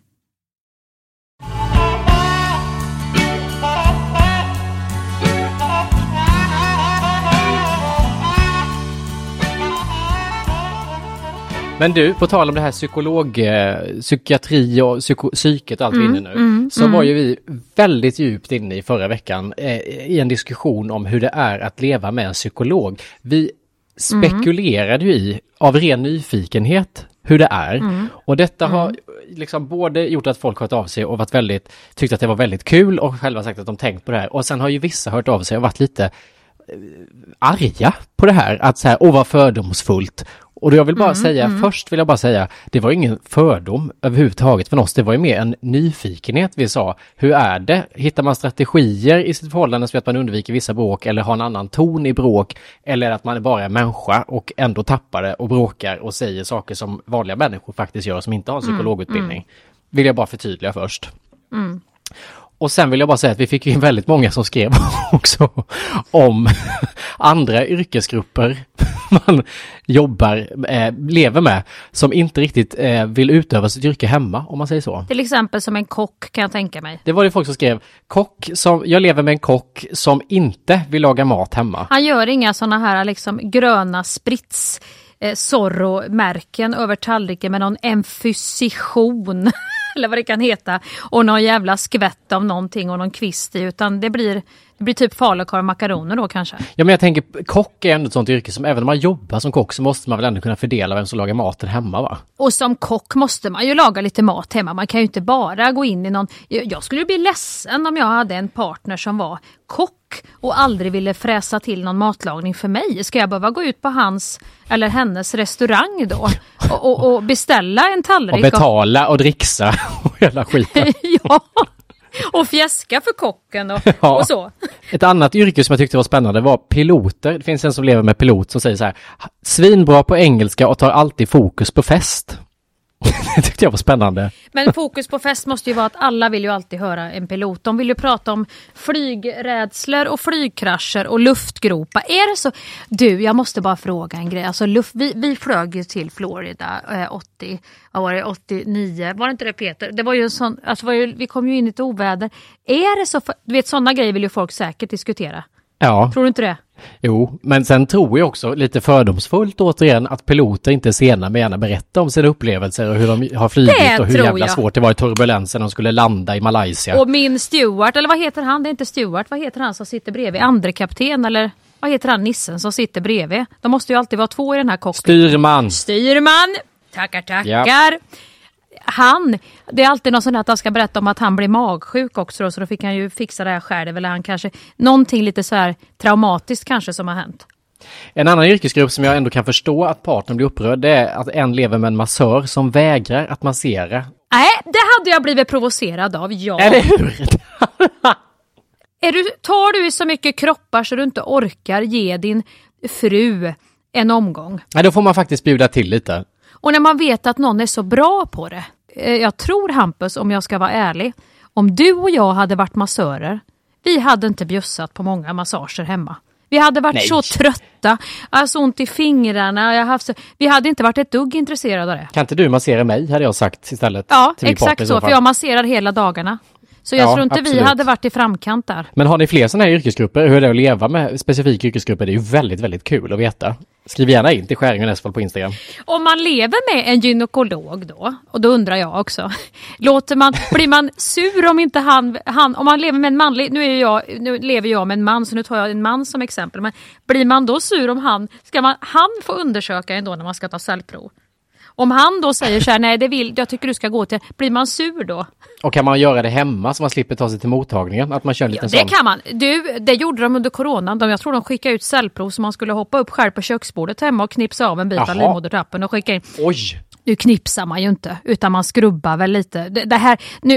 Men du, på tal om det här psykiatri och psyket och allt vi är inne nu, så var ju vi väldigt djupt inne i förra veckan i en diskussion om hur det är att leva med en psykolog. Vi spekulerade ju i, av ren nyfikenhet, hur det är. Och detta har liksom både gjort att folk hört av sig och varit tyckt att det var väldigt kul och själva sagt att de tänkt på det här. Och sen har ju vissa hört av sig och varit lite arga på det här. Att så här, vad fördomsfullt. Och jag vill bara först vill jag bara säga, det var ingen fördom överhuvudtaget från oss. Det var ju mer en nyfikenhet vi sa. Hur är det? Hittar man strategier i sitt förhållande så att man undviker vissa bråk eller har en annan ton i bråk? Eller att man bara är människa och ändå tappar det och bråkar och säger saker som vanliga människor faktiskt gör som inte har en psykologutbildning. Vill jag bara förtydliga först. Och sen vill jag bara säga att vi fick ju väldigt många som skrev också om andra yrkesgrupper man lever med som inte riktigt vill utöva sitt yrke hemma, om man säger så. Till exempel som en kock kan jag tänka mig. Det var det folk som skrev, jag lever med en kock som inte vill laga mat hemma. Han gör inga sådana här liksom gröna sprits Zorro-märken över tallriken med någon emfysition eller vad det kan heta och någon jävla skvätt av någonting och någon kvist i, utan det blir typ falukorv och makaroner då kanske. Ja, men jag tänker, kock är ändå ett sånt yrke som även om man jobbar som kock så måste man väl ändå kunna fördela vem som lagar maten hemma, va? Och som kock måste man ju laga lite mat hemma. Man kan ju inte bara gå in i någon... Jag skulle bli ledsen om jag hade en partner som var kock och aldrig ville fräsa till någon matlagning för mig. Ska jag behöva gå ut på hans eller hennes restaurang då och beställa en tallrik? Och betala och dricksa och hela skiten. Ja, och fjäska för kocken och så. Ett annat yrke som jag tyckte var spännande var piloter. Det finns en som lever med pilot som säger så här: svinbra på engelska och tar alltid fokus på fest. Det tyckte jag var spännande. Men fokus på fest måste ju vara att alla vill ju alltid höra en pilot. De vill ju prata om flygrädslor och flygkrascher och luftgropar. Är det så? Du, jag måste bara fråga en grej. Alltså, vi flög ju till Florida 89. Var det inte det, Peter? Det var ju en sån, alltså vi kom ju in i ett oväder. Är det så? Du vet, sådana grejer vill ju folk säkert diskutera. Ja. Tror du inte det? Jo, men sen tror jag också lite fördomsfullt återigen att piloter inte är sena med gärna berätta om sina upplevelser och hur de har flugit och hur jävla svårt det var i turbulensen när de skulle landa i Malaysia. Och min steward, eller vad heter han? Det är inte steward, vad heter han som sitter bredvid? Andre kapten, eller vad heter han, nissen som sitter bredvid? De måste ju alltid vara två i den här cockpiten. Styrman! Tackar. Ja. det är alltid någon sån att han ska berätta om att han blir magsjuk också då, så då fick han ju fixa det här själv, eller han kanske, någonting lite så här traumatiskt kanske som har hänt. En annan yrkesgrupp som jag ändå kan förstå att partnern blir upprörd, det är att en lever med en massör som vägrar att massera. Nej, det hade jag blivit provocerad av, ja. Eller hur? Tar du i så mycket kroppar så du inte orkar ge din fru en omgång? Nej, då får man faktiskt bjuda till lite. Och när man vet att någon är så bra på det. Jag tror, Hampus, om jag ska vara ärlig, om du och jag hade varit massörer, vi hade inte bjussat på många massager hemma. Vi hade varit så trötta, alltså ont i fingrarna. Vi hade inte varit ett dugg intresserade av det. Kan inte du massera mig, hade jag sagt istället. Ja, exakt så, för jag masserar hela dagarna. Så jag tror inte vi hade varit i framkant där. Men har ni fler sådana här yrkesgrupper? Hur är det att leva med specifika yrkesgrupper? Det är ju väldigt, väldigt kul att veta. Skriv gärna in till Skäring och Näsvold på Instagram. Om man lever med en gynekolog då, och då undrar jag också, blir man sur om inte han om man lever med en manlig, nu lever jag med en man, så nu tar jag en man som exempel, men blir man då sur om han få undersöka ändå när man ska ta cellprov? Om han då säger så här, nej jag tycker du ska gå till, blir man sur då? Och kan man göra det hemma så man slipper ta sig till mottagningen? Att man kör en liten sån? Det kan man. Det gjorde de under coronan. Jag tror de skickade ut cellprov så man skulle hoppa upp själv på köksbordet hemma och knipsa av en bit av livmodertappen och skicka in. Oj! Nu knipsar man ju inte, utan man skrubbar väl lite. Det här,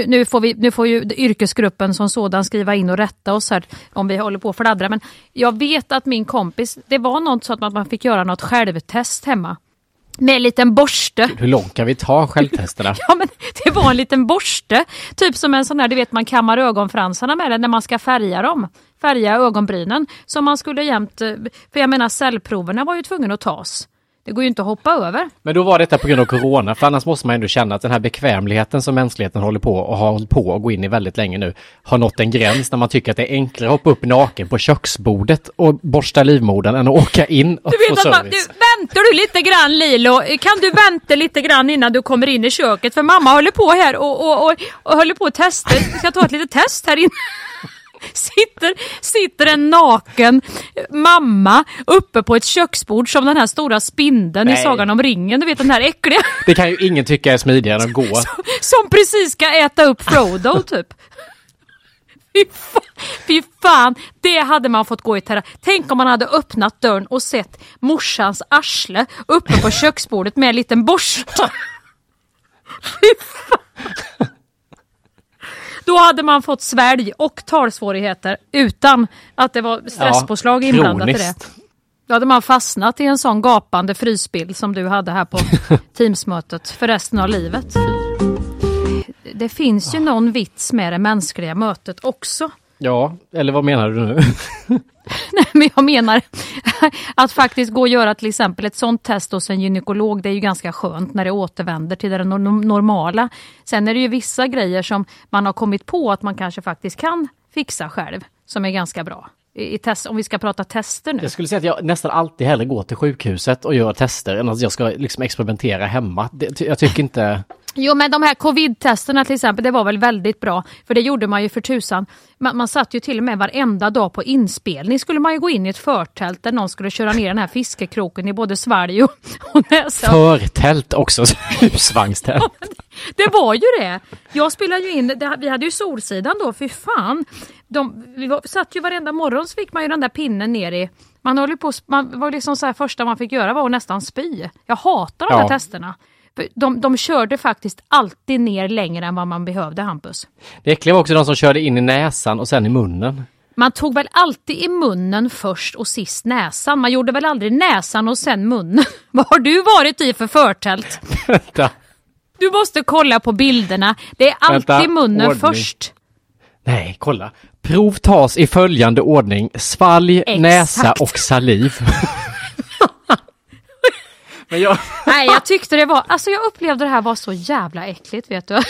nu får ju yrkesgruppen som sådan skriva in och rätta oss här om vi håller på att fladdra. Men jag vet att min kompis, det var något så att man fick göra något självtest hemma. Med en liten borste. Hur långt kan vi ta självtesterna? Ja, men det var en liten borste. Typ som en sån där, du vet, man kammar ögonfransarna med den när man ska färga dem. Färga ögonbrynen. Som man skulle jämt, för jag menar cellproverna var ju tvungna att tas. Det går ju inte att hoppa över. Men då var detta på grund av corona, för annars måste man ändå känna att den här bekvämligheten som mänskligheten håller på och har hållit på att gå in i väldigt länge nu har nått en gräns när man tycker att det är enklare att hoppa upp naken på köksbordet och borsta livmodern än att åka in och få service. Väntar du lite grann, Lilo? Kan du vänta lite grann innan du kommer in i köket? För mamma håller på här och håller på att testa. Vi ska ta ett litet test här inne. Sitter en naken mamma uppe på ett köksbord som den här stora spindeln i Sagan om ringen. Du vet, den här äckliga. Det kan ju ingen tycka är smidigare än att gå. Som precis ska äta upp Frodo typ. Fy fan, det hade man fått gå i terapi. Tänk om man hade öppnat dörren och sett morsans arsle uppe på köksbordet med en liten borste. Fy fan. Då hade man fått svälj och talsvårigheter utan att det var stresspåslag inblandat i det. Då hade man fastnat i en sån gapande frysbild som du hade här på Teamsmötet för resten av livet. Det finns ju någon vits med det mänskliga mötet också. Ja, eller vad menar du nu? Nej, men jag menar att faktiskt gå och göra till exempel ett sånt test hos en gynekolog, det är ju ganska skönt när det återvänder till det normala. Sen är det ju vissa grejer som man har kommit på att man kanske faktiskt kan fixa själv, som är ganska bra. I test, om vi ska prata tester nu. Jag skulle säga att jag nästan alltid hellre går till sjukhuset och gör tester än att jag ska liksom experimentera hemma. Jag tycker inte... Jo, men de här covid-testerna till exempel, det var väl väldigt bra. För det gjorde man ju för tusan. Man satt ju till och med varenda dag på inspelning. Skulle man ju gå in i ett förtält där någon skulle köra ner den här fiskekroken i både svalg och näsa. Förtält också, husvagnstält. Ja, det var ju det. Jag spelade ju in, vi hade ju Solsidan då, för fan. Satt ju varenda morgon, så fick man ju den där pinnen ner i. Man var liksom så här, första man fick göra var att nästan spy. Jag hatar de här testerna. De körde faktiskt alltid ner längre än vad man behövde, Hampus. Det äckliga var också de som körde in i näsan och sen i munnen. Man tog väl alltid i munnen först och sist näsan. Man gjorde väl aldrig näsan och sen munnen. Vad har du varit i för förtält? Vänta. Du måste kolla på bilderna. Det är alltid munnen först. Nej, kolla. Prov tas i följande ordning. Svalg, näsa och saliv. Nej, jag tyckte det var... Alltså jag upplevde det här var så jävla äckligt, vet du.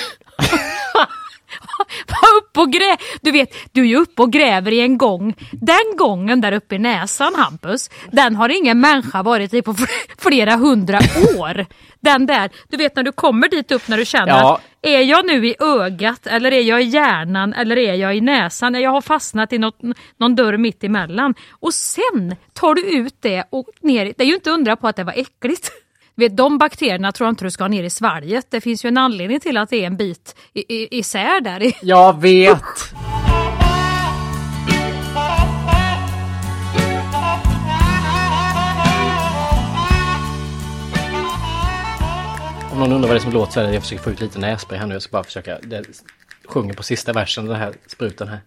Du vet, du är ju uppe och gräver i en gång. Den gången där uppe i näsan, Hampus, den har ingen människa varit i på flera 100 år. Den där, du vet när du kommer dit upp när du känner är jag nu i ögat eller är jag i hjärnan eller är jag i näsan? Jag har fastnat i någon dörr mitt emellan. Och sen tar du ut det och ner. Det är ju inte undra på att det var äckligt. Vet, de bakterierna tror jag inte du ska ha ner i svalget. Det finns ju en anledning till att det är en bit isär där. Jag vet! Om någon undrar vad det är som låter så är det jag försöker få ut lite nässpray här nu. Jag ska bara försöka, det sjunger på sista versen den här spruten här.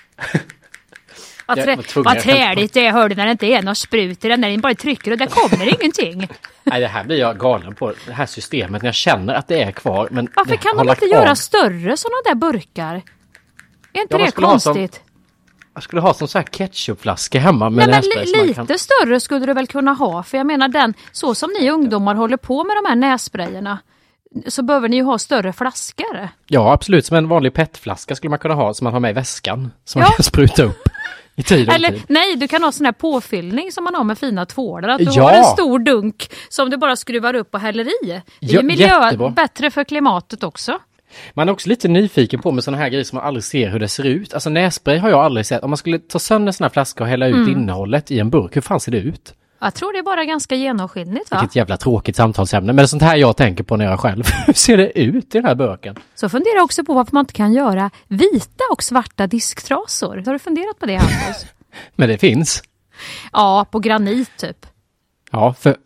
Vad träligt det är, hör du, när det inte är någon sprut i den, när den bara trycker och det kommer ingenting. Nej, det här blir jag galen på, det här systemet, när jag känner att det är kvar. Men varför kan de inte göra större sådana där burkar? Är inte det konstigt? Jag skulle ha som så här ketchupflaska hemma med nässpray. Lite större skulle du väl kunna ha, för jag menar den, så som ni ungdomar håller på med de här nässprayerna, så behöver ni ju ha större flaskor. Ja, absolut, som en vanlig petflaska skulle man kunna ha, som man har med i väskan, som man kan spruta upp. Nej, du kan ha sån här påfyllning som man har med fina tvålar. Att du har en stor dunk som du bara skruvar upp och häller i. Det är bättre för klimatet också. Man är också lite nyfiken på med såna här grejer som man aldrig ser hur det ser ut. Alltså nässpray har jag aldrig sett. Om man skulle ta sönder en sån här flaska och hälla ut innehållet i en burk, hur fan ser det ut? Jag tror det är bara ganska genomskinligt, va? Vilket jävla tråkigt samtalsämne. Men det är sånt här jag tänker på när jag själv. Hur ser det ut i den här burken? Så funderar jag också på varför man inte kan göra vita och svarta disktrasor. Har du funderat på det, Hampus? Men det finns. Ja, på granit typ. Ja, för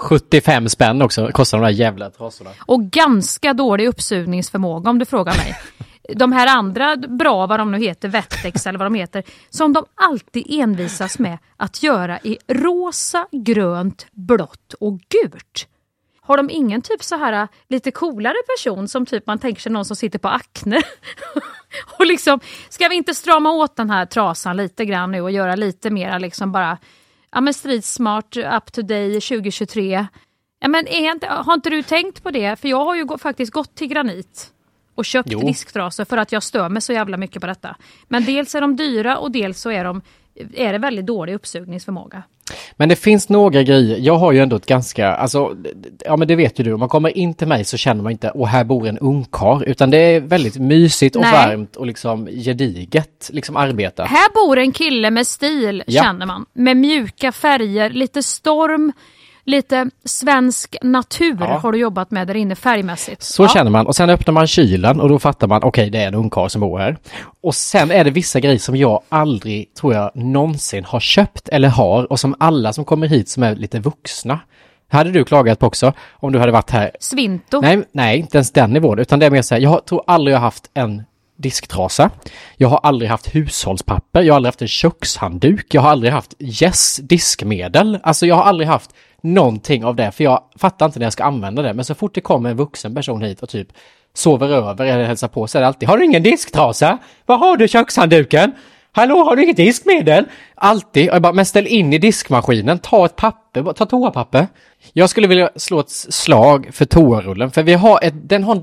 75 spänn också kostar de där jävla trasorna. Och ganska dålig uppsugningsförmåga om du frågar mig. De här andra bra, vad de nu heter, Vettex eller vad de heter, som de alltid envisas med att göra i rosa, grönt, blått och gult. Har de ingen typ så här lite coolare person som typ man tänker sig någon som sitter på akne? Och liksom, ska vi inte strama åt den här trasan lite grann nu och göra lite mer liksom bara, ja men street smart, up to day 2023. Ja men har inte du tänkt på det? För jag har ju faktiskt gått till Granit och köpt disktrasor för att jag stör mig så jävla mycket på detta. Men dels är de dyra och dels så är det väldigt dålig uppsugningsförmåga. Men det finns några grejer. Jag har ju ändå ett ganska, alltså, ja men det vet ju du. Om man kommer in till mig så känner man inte, här bor en ungkarl. Utan det är väldigt mysigt och varmt och liksom gediget liksom arbeta. Här bor en kille med stil, känner man. Med mjuka färger, lite storm, lite svensk natur har du jobbat med där inne färgmässigt. Så känner man. Och sen öppnar man kylen och då fattar man, okej, det är en ungkarl som bor här. Och sen är det vissa grejer som jag aldrig, tror jag, någonsin har köpt eller har. Och som alla som kommer hit som är lite vuxna. Hade du klagat på också om du hade varit här? Svinto. Nej, inte ens den nivån. Utan det är mer så här, jag tror aldrig jag har haft en disktrasa. Jag har aldrig haft hushållspapper. Jag har aldrig haft en kökshandduk. Jag har aldrig haft diskmedel. Alltså jag har aldrig haft någonting av det. För jag fattar inte när jag ska använda det. Men så fort det kommer en vuxen person hit och typ sover över eller hälsar på så är det alltid, har du ingen disktrasa? Vad har du i kökshandduken? Hallå, har du inget diskmedel? Alltid. Jag bara, men ställ in i diskmaskinen. Ta ett papper, ta toapapper. Jag skulle vilja slå ett slag för toarullen. För den har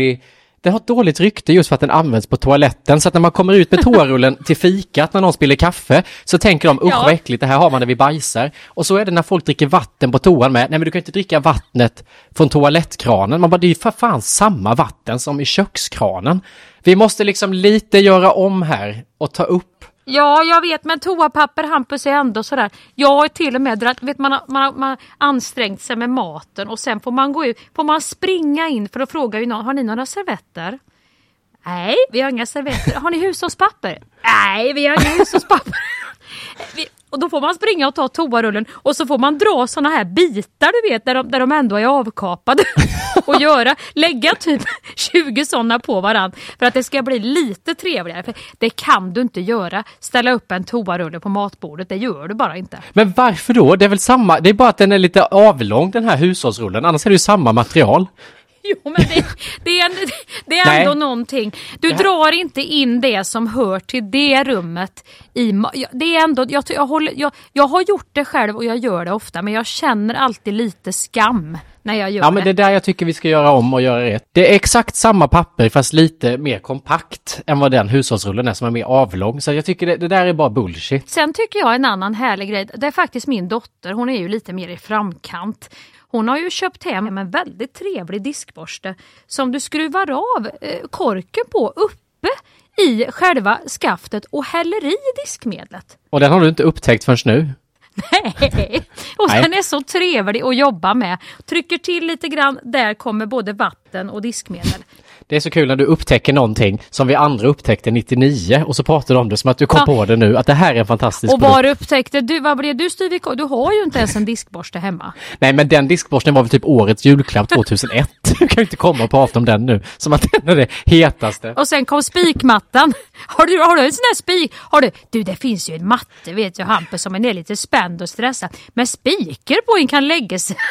ett dåligt rykte just för att den används på toaletten. Så att när man kommer ut med toarullen till fikat när någon spiller kaffe så tänker de, vad äckligt, det här har man när vi bajsar. Och så är det när folk dricker vatten på toan med. Nej men du kan inte dricka vattnet från toalettkranen. Man bara, det är ju för fan samma vatten som i kökskranen. Vi måste liksom lite göra om här och ta upp. Ja, jag vet, men toapapper, Hampus, är ändå sådär. Jag är till och med, vet man har ansträngt sig med maten och sen får man gå ut, får man springa in för att fråga ju någon, har ni några servetter? Nej, vi har inga servetter. Har ni hushållspapper? Nej, vi har inga hushållspapper. Och då får man springa och ta toarullen och så får man dra såna här bitar, du vet, där de ändå är avkapade och lägga typ 20 sådana på varandra för att det ska bli lite trevligare. För det kan du inte göra, ställa upp en toarulle på matbordet, det gör du bara inte. Men varför då? Det är väl samma, det är bara att den är lite avlång den här hushållsrullen, annars är det ju samma material. Jo, men det är ändå någonting. Du drar inte in det som hör till det rummet det är ändå, jag har gjort det själv och jag gör det ofta, men jag känner alltid lite skam när jag gör det. Ja, men det är där jag tycker vi ska göra om och göra rätt. Det är exakt samma papper fast lite mer kompakt än vad den hushållsrullen är som är mer avlång. Så jag tycker det där är bara bullshit. Sen tycker jag en annan härlig grej, det är faktiskt min dotter, hon är ju lite mer i framkant. Hon har ju köpt hem en väldigt trevlig diskborste som du skruvar av korken på uppe i själva skaftet och häller i diskmedlet. Och den har du inte upptäckt förrän nu? Nej. Och den är så trevlig att jobba med. Trycker till lite grann, där kommer både vatten och diskmedel. Det är så kul när du upptäcker någonting som vi andra upptäckte 99 och så pratar du om det som att du kom på det nu, att det här är en fantastisk produkt. Och var upptäckte du, vad blev du styvig? Du har ju inte ens en diskborste hemma. Nej, men den diskborsten var väl typ årets julklapp 2001. Du kan ju inte komma och prata om den nu, som att den är det hetaste. Och sen kom spikmattan. Har du en sån där spik? Du, det finns ju en matte, vet jag, Hampus, som är lite spänd och stressad. Men spiker på en kan lägga sig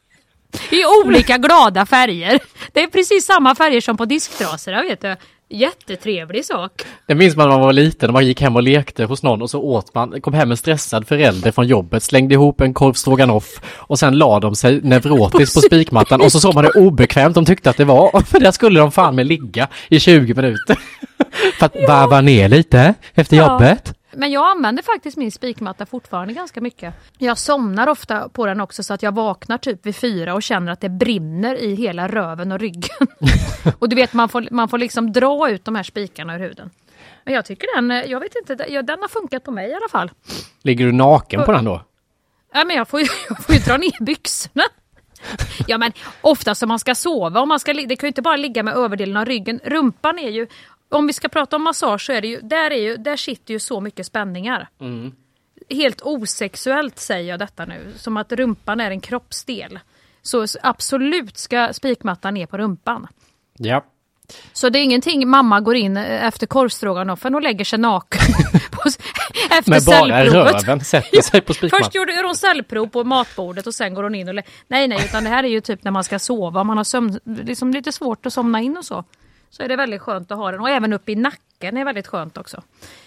i olika glada färger. Det är precis samma färger som på disktrasorna, vet du. Jättetrevlig sak. Det minns man när man var liten, när man gick hem och lekte hos någon och så åt man, kom hem en stressad förälder från jobbet, slängde ihop en korv stroganoff och sen la de sig nevrotiskt på spikmattan och så såg man det obekvämt de tyckte att det var. För där skulle de fan med ligga i 20 minuter. För att varva ner lite efter jobbet. Men jag använder faktiskt min spikmatta fortfarande ganska mycket. Jag somnar ofta på den också så att jag vaknar typ vid 4 och känner att det brinner i hela röven och ryggen. Och du vet, man får liksom dra ut de här spikarna ur huden. Men jag tycker jag vet inte, den har funkat på mig i alla fall. Ligger du naken på den då? Ja, men jag får ju dra ner byxorna. Ja, men ofta som man ska sova och det kan ju inte bara ligga med överdelen av ryggen. Rumpan är ju, om vi ska prata om massage så är det ju, där sitter ju så mycket spänningar. Mm. Helt osexuellt säger jag detta nu, som att rumpan är en kroppsdel. Så absolut ska spikmattan ner på rumpan. Ja. Så det är ingenting mamma går in efter korvstroganoffen och lägger sig naken efter med bara cellprovet. Röven sätter sig på spikmattan. Först gjorde hon cellprov på matbordet och sen går hon in och nej, utan det här är ju typ när man ska sova, om man har liksom lite svårt att somna in och så är det väldigt skönt att ha den, och även upp i nacken är väldigt skönt också.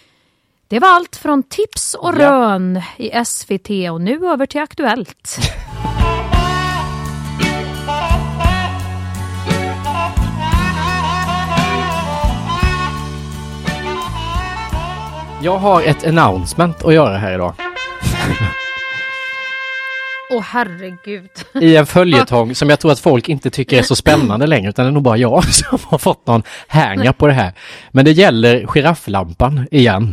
Det var allt från tips och rön i SVT, och nu över till Aktuellt. Jag har ett announcement att göra här idag. Åh herregud. I en följetong som jag tror att folk inte tycker är så spännande längre, utan det är nog bara jag som har fått någon hänga på det här. Men det gäller girafflampan igen.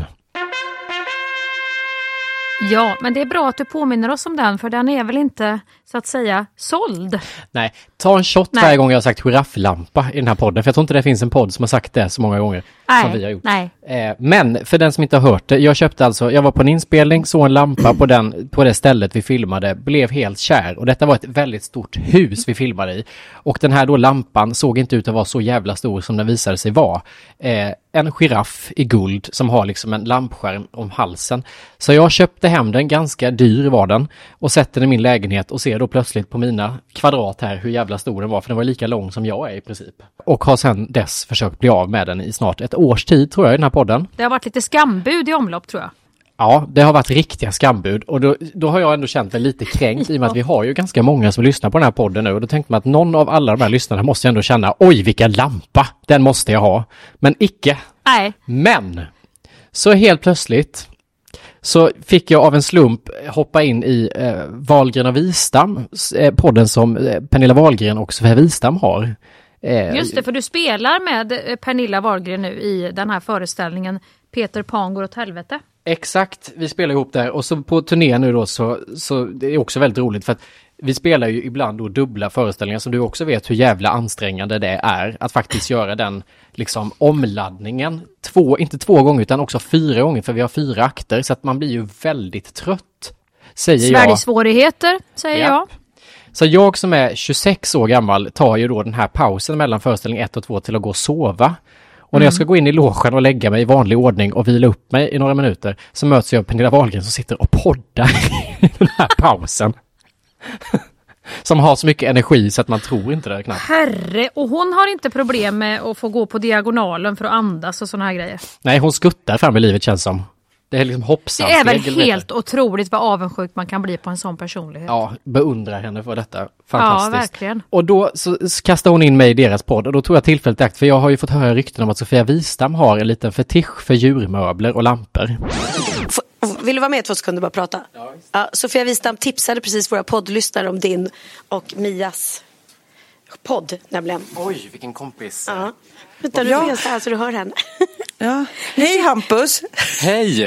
Ja, men det är bra att du påminner oss om den, för den är väl inte, så att säga, såld. Nej, ta en shot varje gång jag har sagt girafflampa i den här podden, för jag tror inte det finns en podd som har sagt det så många gånger som vi har gjort. Nej. Men för den som inte har hört det, jag var på en inspelning, såg en lampa på det stället vi filmade, blev helt kär, och detta var ett väldigt stort hus vi filmade i, och den här då lampan såg inte ut att vara så jävla stor som den visade sig vara. En giraff i guld som har liksom en lampskärm om halsen. Så jag köpte hem den, ganska dyr var den, och sätter den i min lägenhet och ser då plötsligt på mina kvadrat här hur jävla stor den var, för den var lika lång som jag är i princip. Och har sedan dess försökt bli av med den i snart ett års tid, tror jag, i den här podden. Det har varit lite skambud i omlopp, tror jag. Ja, det har varit riktiga skambud, och då har jag ändå känt mig lite kränkt i och med att vi har ju ganska många som lyssnar på den här podden nu, och då tänkte man att någon av alla de här lyssnarna måste jag ändå känna, oj vilken lampa, den måste jag ha. Men icke. Nej. Men så helt plötsligt så fick jag av en slump hoppa in i Wahlgren och Wistam, podden som Pernilla Wahlgren och Sofia Wistam har. Just det, för du spelar med Pernilla Wahlgren nu i den här föreställningen Peter Pan går åt helvete. Exakt, vi spelar ihop där, och så på turné nu då så det är också väldigt roligt, för att vi spelar ju ibland då dubbla föreställningar, som du också vet hur jävla ansträngande det är att faktiskt göra den liksom omladdningen inte 2 gånger utan också 4 gånger, för vi har 4 akter, så att man blir ju väldigt trött, säger jag. Svärdesvårigheter, säger jag. Så jag som är 26 år gammal tar ju då den här pausen mellan föreställning 1 och 2 till att gå och sova. Och när jag ska gå in i logen och lägga mig i vanlig ordning och vila upp mig i några minuter, så möts jag av Pernilla Wahlgren som sitter och poddar i den här pausen. Som har så mycket energi så att man tror inte det knappt. Herre, och hon har inte problem med att få gå på diagonalen för att andas och såna här grejer. Nej, hon skuttar fram i livet, känns som. Det är liksom hoppsansteg. Det är väl helt otroligt vad avundsjuk man kan bli på en sån personlighet. Ja, beundrar henne för detta. Fantastiskt. Ja, verkligen. Och då så kastar hon in mig i deras podd, och då tog jag tillfället i akt, för jag har ju fått höra rykten om att Sofia Wistam har en liten fetisch för djurmöbler och lampor. Vill du vara med 2 sekunder bara prata? Ja, Sofia Wistam tipsade precis våra poddlyssnare om din och Mias podd, nämligen. Oj, vilken kompis. Ja. Vänta, du finns här så du hör henne. Ja. Hej Hampus. Hej.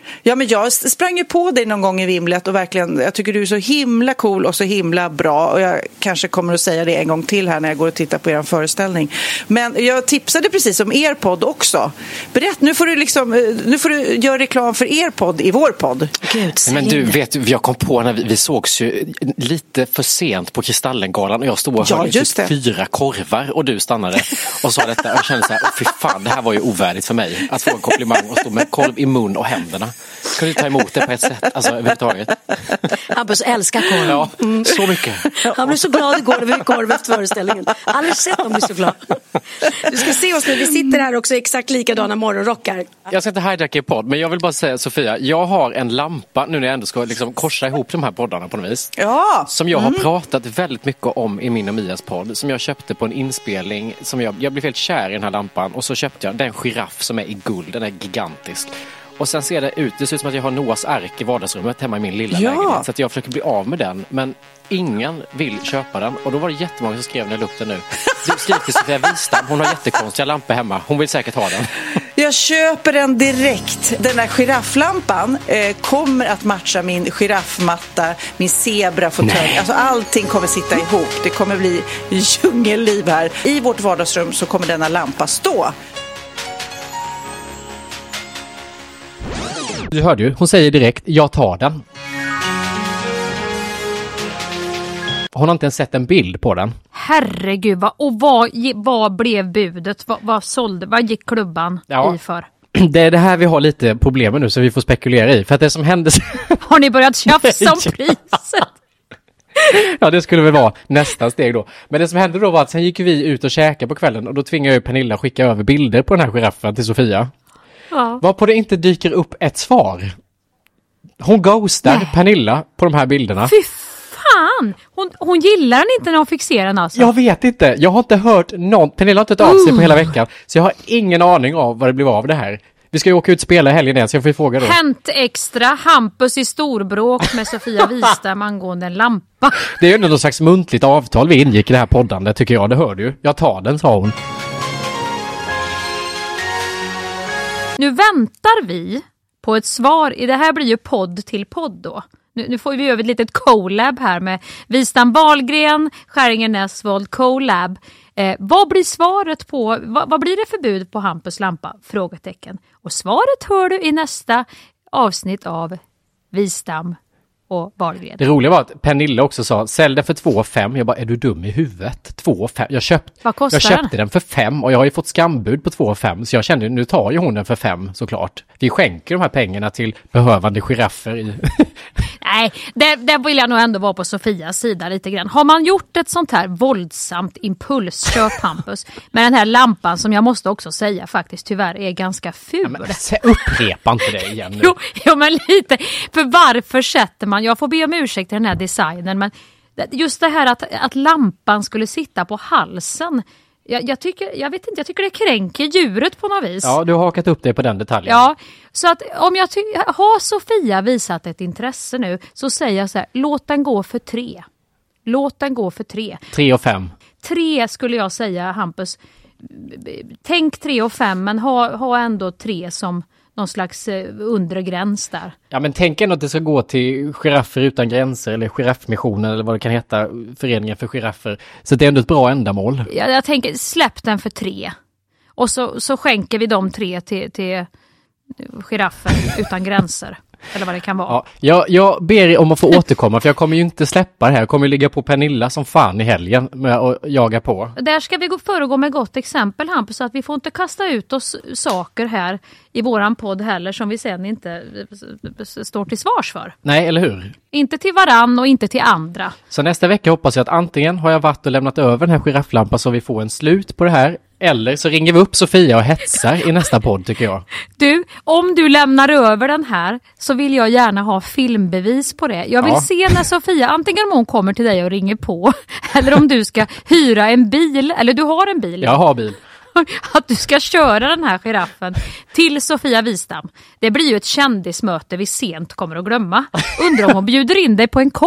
Ja, men jag sprang ju på dig någon gång i Vimlet och verkligen, jag tycker du är så himla cool och så himla bra, och jag kanske kommer att säga det en gång till här när jag går och tittar på er föreställning. Men jag tipsade precis om er podd också. Berätt, nu får du göra reklam för er podd i vår podd. Gud, men du vet, jag kom på när vi sågs ju lite för sent på Kristallengalan och jag stod och hörde typ 4 korvar och du stannade och sa detta och jag kände så här, fy fan, det här var ju ovärdigt för mig att få en komplimang och stå med korv i mun och händerna. Ska du ta emot det på ett sätt, alltså överhuvudtaget? Hampus älskar korv. Ja, så mycket. Han blev så glad igår när vi korv efter föreställningen. Aldrig sett honom bli så glad. Du ska se oss nu, vi sitter här också exakt likadana morgonrockar. Jag ska inte hijacka i podd, men jag vill bara säga, Sofia, jag har en lampa nu när jag ändå ska liksom korsa ihop de här poddarna på något vis. Ja. Som jag har pratat väldigt mycket om i min och Mias podd, som jag köpte på en inspelning, som jag blev helt kär i den här lampan, och så köpte jag den giraff som är i guld, den är gigantisk. Och sen ser det ser ut som att jag har Noahs ark i vardagsrummet hemma i min lilla lägenhet. Så att jag försöker bli av med den. Men ingen vill köpa den. Och då var det jättemånga som skrev när jag la upp den nu. Du skriver till Sofia Wistam, hon har jättekonstiga lampor hemma. Hon vill säkert ha den. Jag köper den direkt. Den här girafflampan kommer att matcha min giraffmatta, min zebrafåtölj. Alltså allting kommer sitta ihop. Det kommer bli djungelliv här. I vårt vardagsrum så kommer denna lampa stå. Du hörde ju, hon säger direkt, jag tar den. Hon har inte ens sett en bild på den. Herregud, vad blev budet? Vad gick klubban i för? Det är det här vi har lite problem med nu, så vi får spekulera i. För att det som hände... Har ni börjat tjafsa om priset? Ja, det skulle väl vara nästa steg då. Men det som hände då var att sen gick vi ut och käkade på kvällen, och då tvingade jag Pernilla skicka över bilder på den här giraffen till Sofia. Ja. Varpå det inte dyker upp ett svar. Hon ghostar Pernilla på de här bilderna. Fy fan! Hon gillar den inte när hon fixerar den alltså. Jag vet inte. Jag har inte hört någon. Pernilla har inte tagit av sig på hela veckan. Så jag har ingen aning av vad det blir av det här. Vi ska ju åka ut och spela i helgen igen, så jag får fråga då. Hänt extra, Hampus i storbråk med Sofia Wistam angående en lampa. Det är ju ändå någon slags muntligt avtal vi ingick i det här poddandet, tycker jag. Det hörde ju. Jag tar den, sa hon. Nu väntar vi på ett svar. Det här blir ju podd till podd då. Nu får vi över ett litet collab här med Wistam Wahlgren, Skäringer Näsvold collab. Vad blir svaret på, vad blir det för bud på Hampus lampa? Frågetecken. Och svaret hör du i nästa avsnitt av Wistam och Wahlgren. Det roliga var att Pernilla också sa, sälj den för 2,5. Jag bara, är du dum i huvudet? 2,5. Jag köpte den för 5 och jag har ju fått skambud på 2,5. Så jag kände, nu tar ju hon den för 5 såklart. Vi skänker de här pengarna till behövande giraffer i... Nej, där vill jag nog ändå vara på Sofias sida lite grann. Har man gjort ett sånt här våldsamt impulsköp, Hampus, med den här lampan som jag måste också säga faktiskt tyvärr är ganska ful. Ja, men, upprepa inte det igen nu. Jo, men lite. För varför sätter man, jag får be om ursäkt till den här designen, men just det här att lampan skulle sitta på halsen. Jag tycker det kränker djuret på något vis. Ja, du har hakat upp det på den detaljen. Ja, så att om har Sofia visat ett intresse nu, så säger jag så här, låt den gå för 3. Låt den gå för 3. 3 och 5. 3 skulle jag säga, Hampus. Tänk 3 och 5, men ha ändå 3 som någon slags undre gräns där. Ja, men tänk ändå att det ska gå till Giraffer utan gränser eller Giraffmissionen eller vad det kan heta, föreningen för giraffer. Så det är ändå ett bra ändamål. Jag tänker, släpp den för 3. Och så skänker vi de 3 till Giraffer utan gränser. Eller vad det kan vara. Ja, jag ber er om att få återkomma, för jag kommer ju inte släppa det här. Jag kommer ligga på Pernilla som fan i helgen med att jaga på. Där ska vi föregå med gott exempel, Hampus, så att vi får inte kasta ut oss saker här i våran podd heller som vi sen inte står till svars för. Nej, eller hur? Inte till varann och inte till andra. Så nästa vecka hoppas jag att antingen har jag varit och lämnat över den här girafflampan så vi får en slut på det här. Eller så ringer vi upp Sofia och hetsar i nästa podd, tycker jag. Du, om du lämnar över den här så vill jag gärna ha filmbevis på det. Jag vill se när Sofia, antingen om hon kommer till dig och ringer på, eller om du ska hyra en bil, eller du har en bil. Jag har bil. Att du ska köra den här giraffen till Sofia Wistam. Det blir ju ett kändismöte vi sent kommer att glömma. Undrar om hon bjuder in dig på en kopp.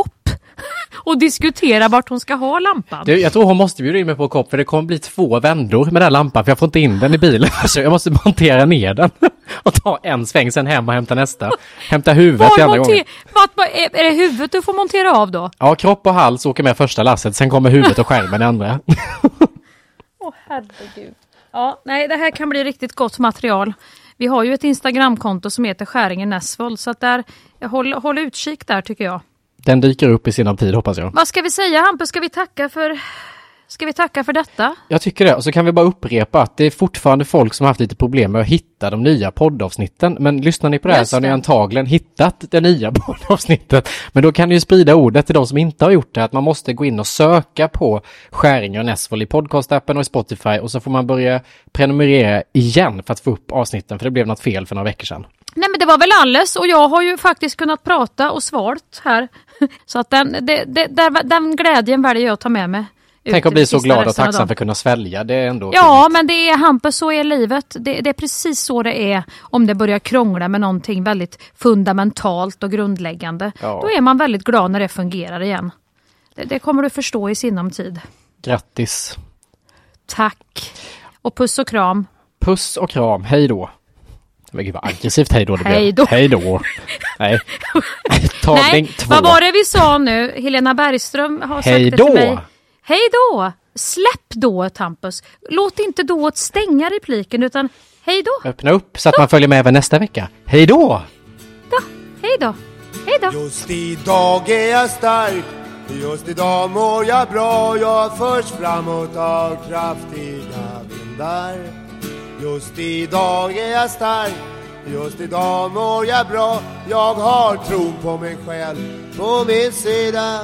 och diskutera vart hon ska ha lampan. Jag tror hon måste bjuda in mig på en kopp, för det kommer bli 2 vändor med den här lampan, för jag får inte in den i bilen. Så jag måste montera ner den och ta en sväng, sen hem och hämta nästa. Hämta huvudet i andra gången. Är det huvudet du får montera av då? Ja, kropp och hals åker med första lasset, sen kommer huvudet och skärmen i andra. Herregud. Ja, nej, det här kan bli riktigt gott material. Vi har ju ett Instagramkonto som heter Skäringen Näsvold, så att där, håll utkik där tycker jag. Den dyker upp i sinom tid, hoppas jag. Vad ska vi säga, Hampus? Ska vi tacka för detta? Jag tycker det. Och så kan vi bara upprepa att det är fortfarande folk som har haft lite problem med att hitta de nya poddavsnitten. Men lyssnar ni på det här så har ni antagligen hittat det nya poddavsnittet. Men då kan ni ju sprida ordet till de som inte har gjort det. Att man måste gå in och söka på Skäringen och Näsvold i podcastappen och i Spotify. Och så får man börja prenumerera igen för att få upp avsnitten. För det blev något fel för några veckor sedan. Nej, men det var väl alles, och jag har ju faktiskt kunnat prata och svart här. Så att den glädjen väljer jag att ta med mig. Tänk att bli så glad och tacksam för att kunna svälja. Det är ändå ja, men det är Hampus, så är livet. Det är precis så det är om det börjar krångla med någonting väldigt fundamentalt och grundläggande. Ja. Då är man väldigt glad när det fungerar igen. Det kommer du förstå i sinom tid. Grattis. Tack. Och puss och kram. Puss och kram. Hej då. Men gud vad aggressivt hej då det blev. Hej då. Nej. Tagning 2. Vad var det vi sa nu? Helena Bergström har sagt det till mig. Hej då! Släpp då, Hampus. Låt inte då stänga repliken, utan hej då. Öppna upp så att man följer med även nästa vecka. Hej då! Hej då. Hej då. Just idag är jag stark. Just idag mår jag bra. Jag förs framåt av kraftiga vindar. Just idag är jag stark. Just idag mår jag bra. Jag har tron på mig själv på min sida.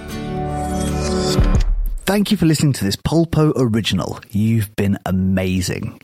Thank you for listening to this Polpo original. You've been amazing.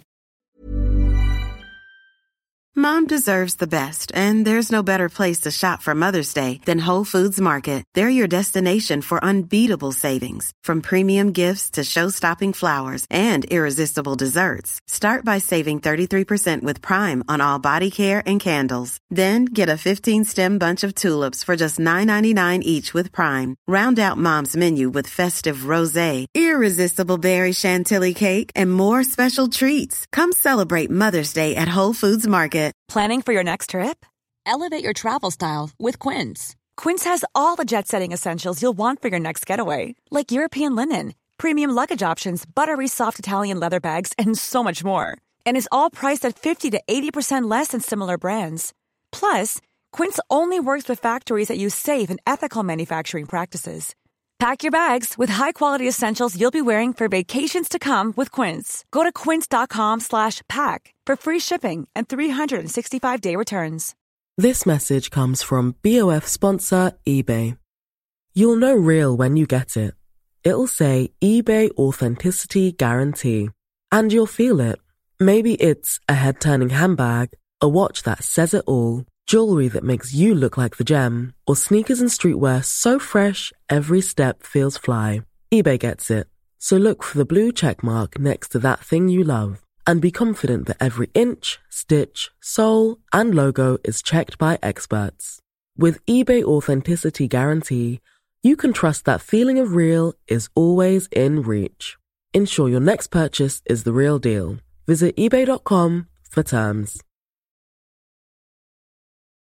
Mom deserves the best, and there's no better place to shop for Mother's Day than Whole Foods Market. They're your destination for unbeatable savings, from premium gifts to show-stopping flowers and irresistible desserts. Start by saving 33% with Prime on all body care and candles. Then get a 15-stem bunch of tulips for just $9.99 each with Prime. Round out Mom's menu with festive rosé, irresistible berry chantilly cake, and more special treats. Come celebrate Mother's Day at Whole Foods Market. Planning for your next trip? Elevate your travel style with Quince. Quince has all the jet-setting essentials you'll want for your next getaway, like European linen, premium luggage options, buttery soft Italian leather bags, and so much more. And is all priced at 50 to 80% less than similar brands. Plus, Quince only works with factories that use safe and ethical manufacturing practices. Pack your bags with high-quality essentials you'll be wearing for vacations to come with Quince. Go to quince.com/pack for free shipping and 365-day returns. This message comes from BOF sponsor eBay. You'll know real when you get it. It'll say eBay Authenticity Guarantee. And you'll feel it. Maybe it's a head-turning handbag, a watch that says it all, jewelry that makes you look like the gem, or sneakers and streetwear so fresh every step feels fly. eBay gets it. So look for the blue check mark next to that thing you love and be confident that every inch, stitch, sole, and logo is checked by experts. With eBay Authenticity Guarantee, you can trust that feeling of real is always in reach. Ensure your next purchase is the real deal. Visit ebay.com for terms.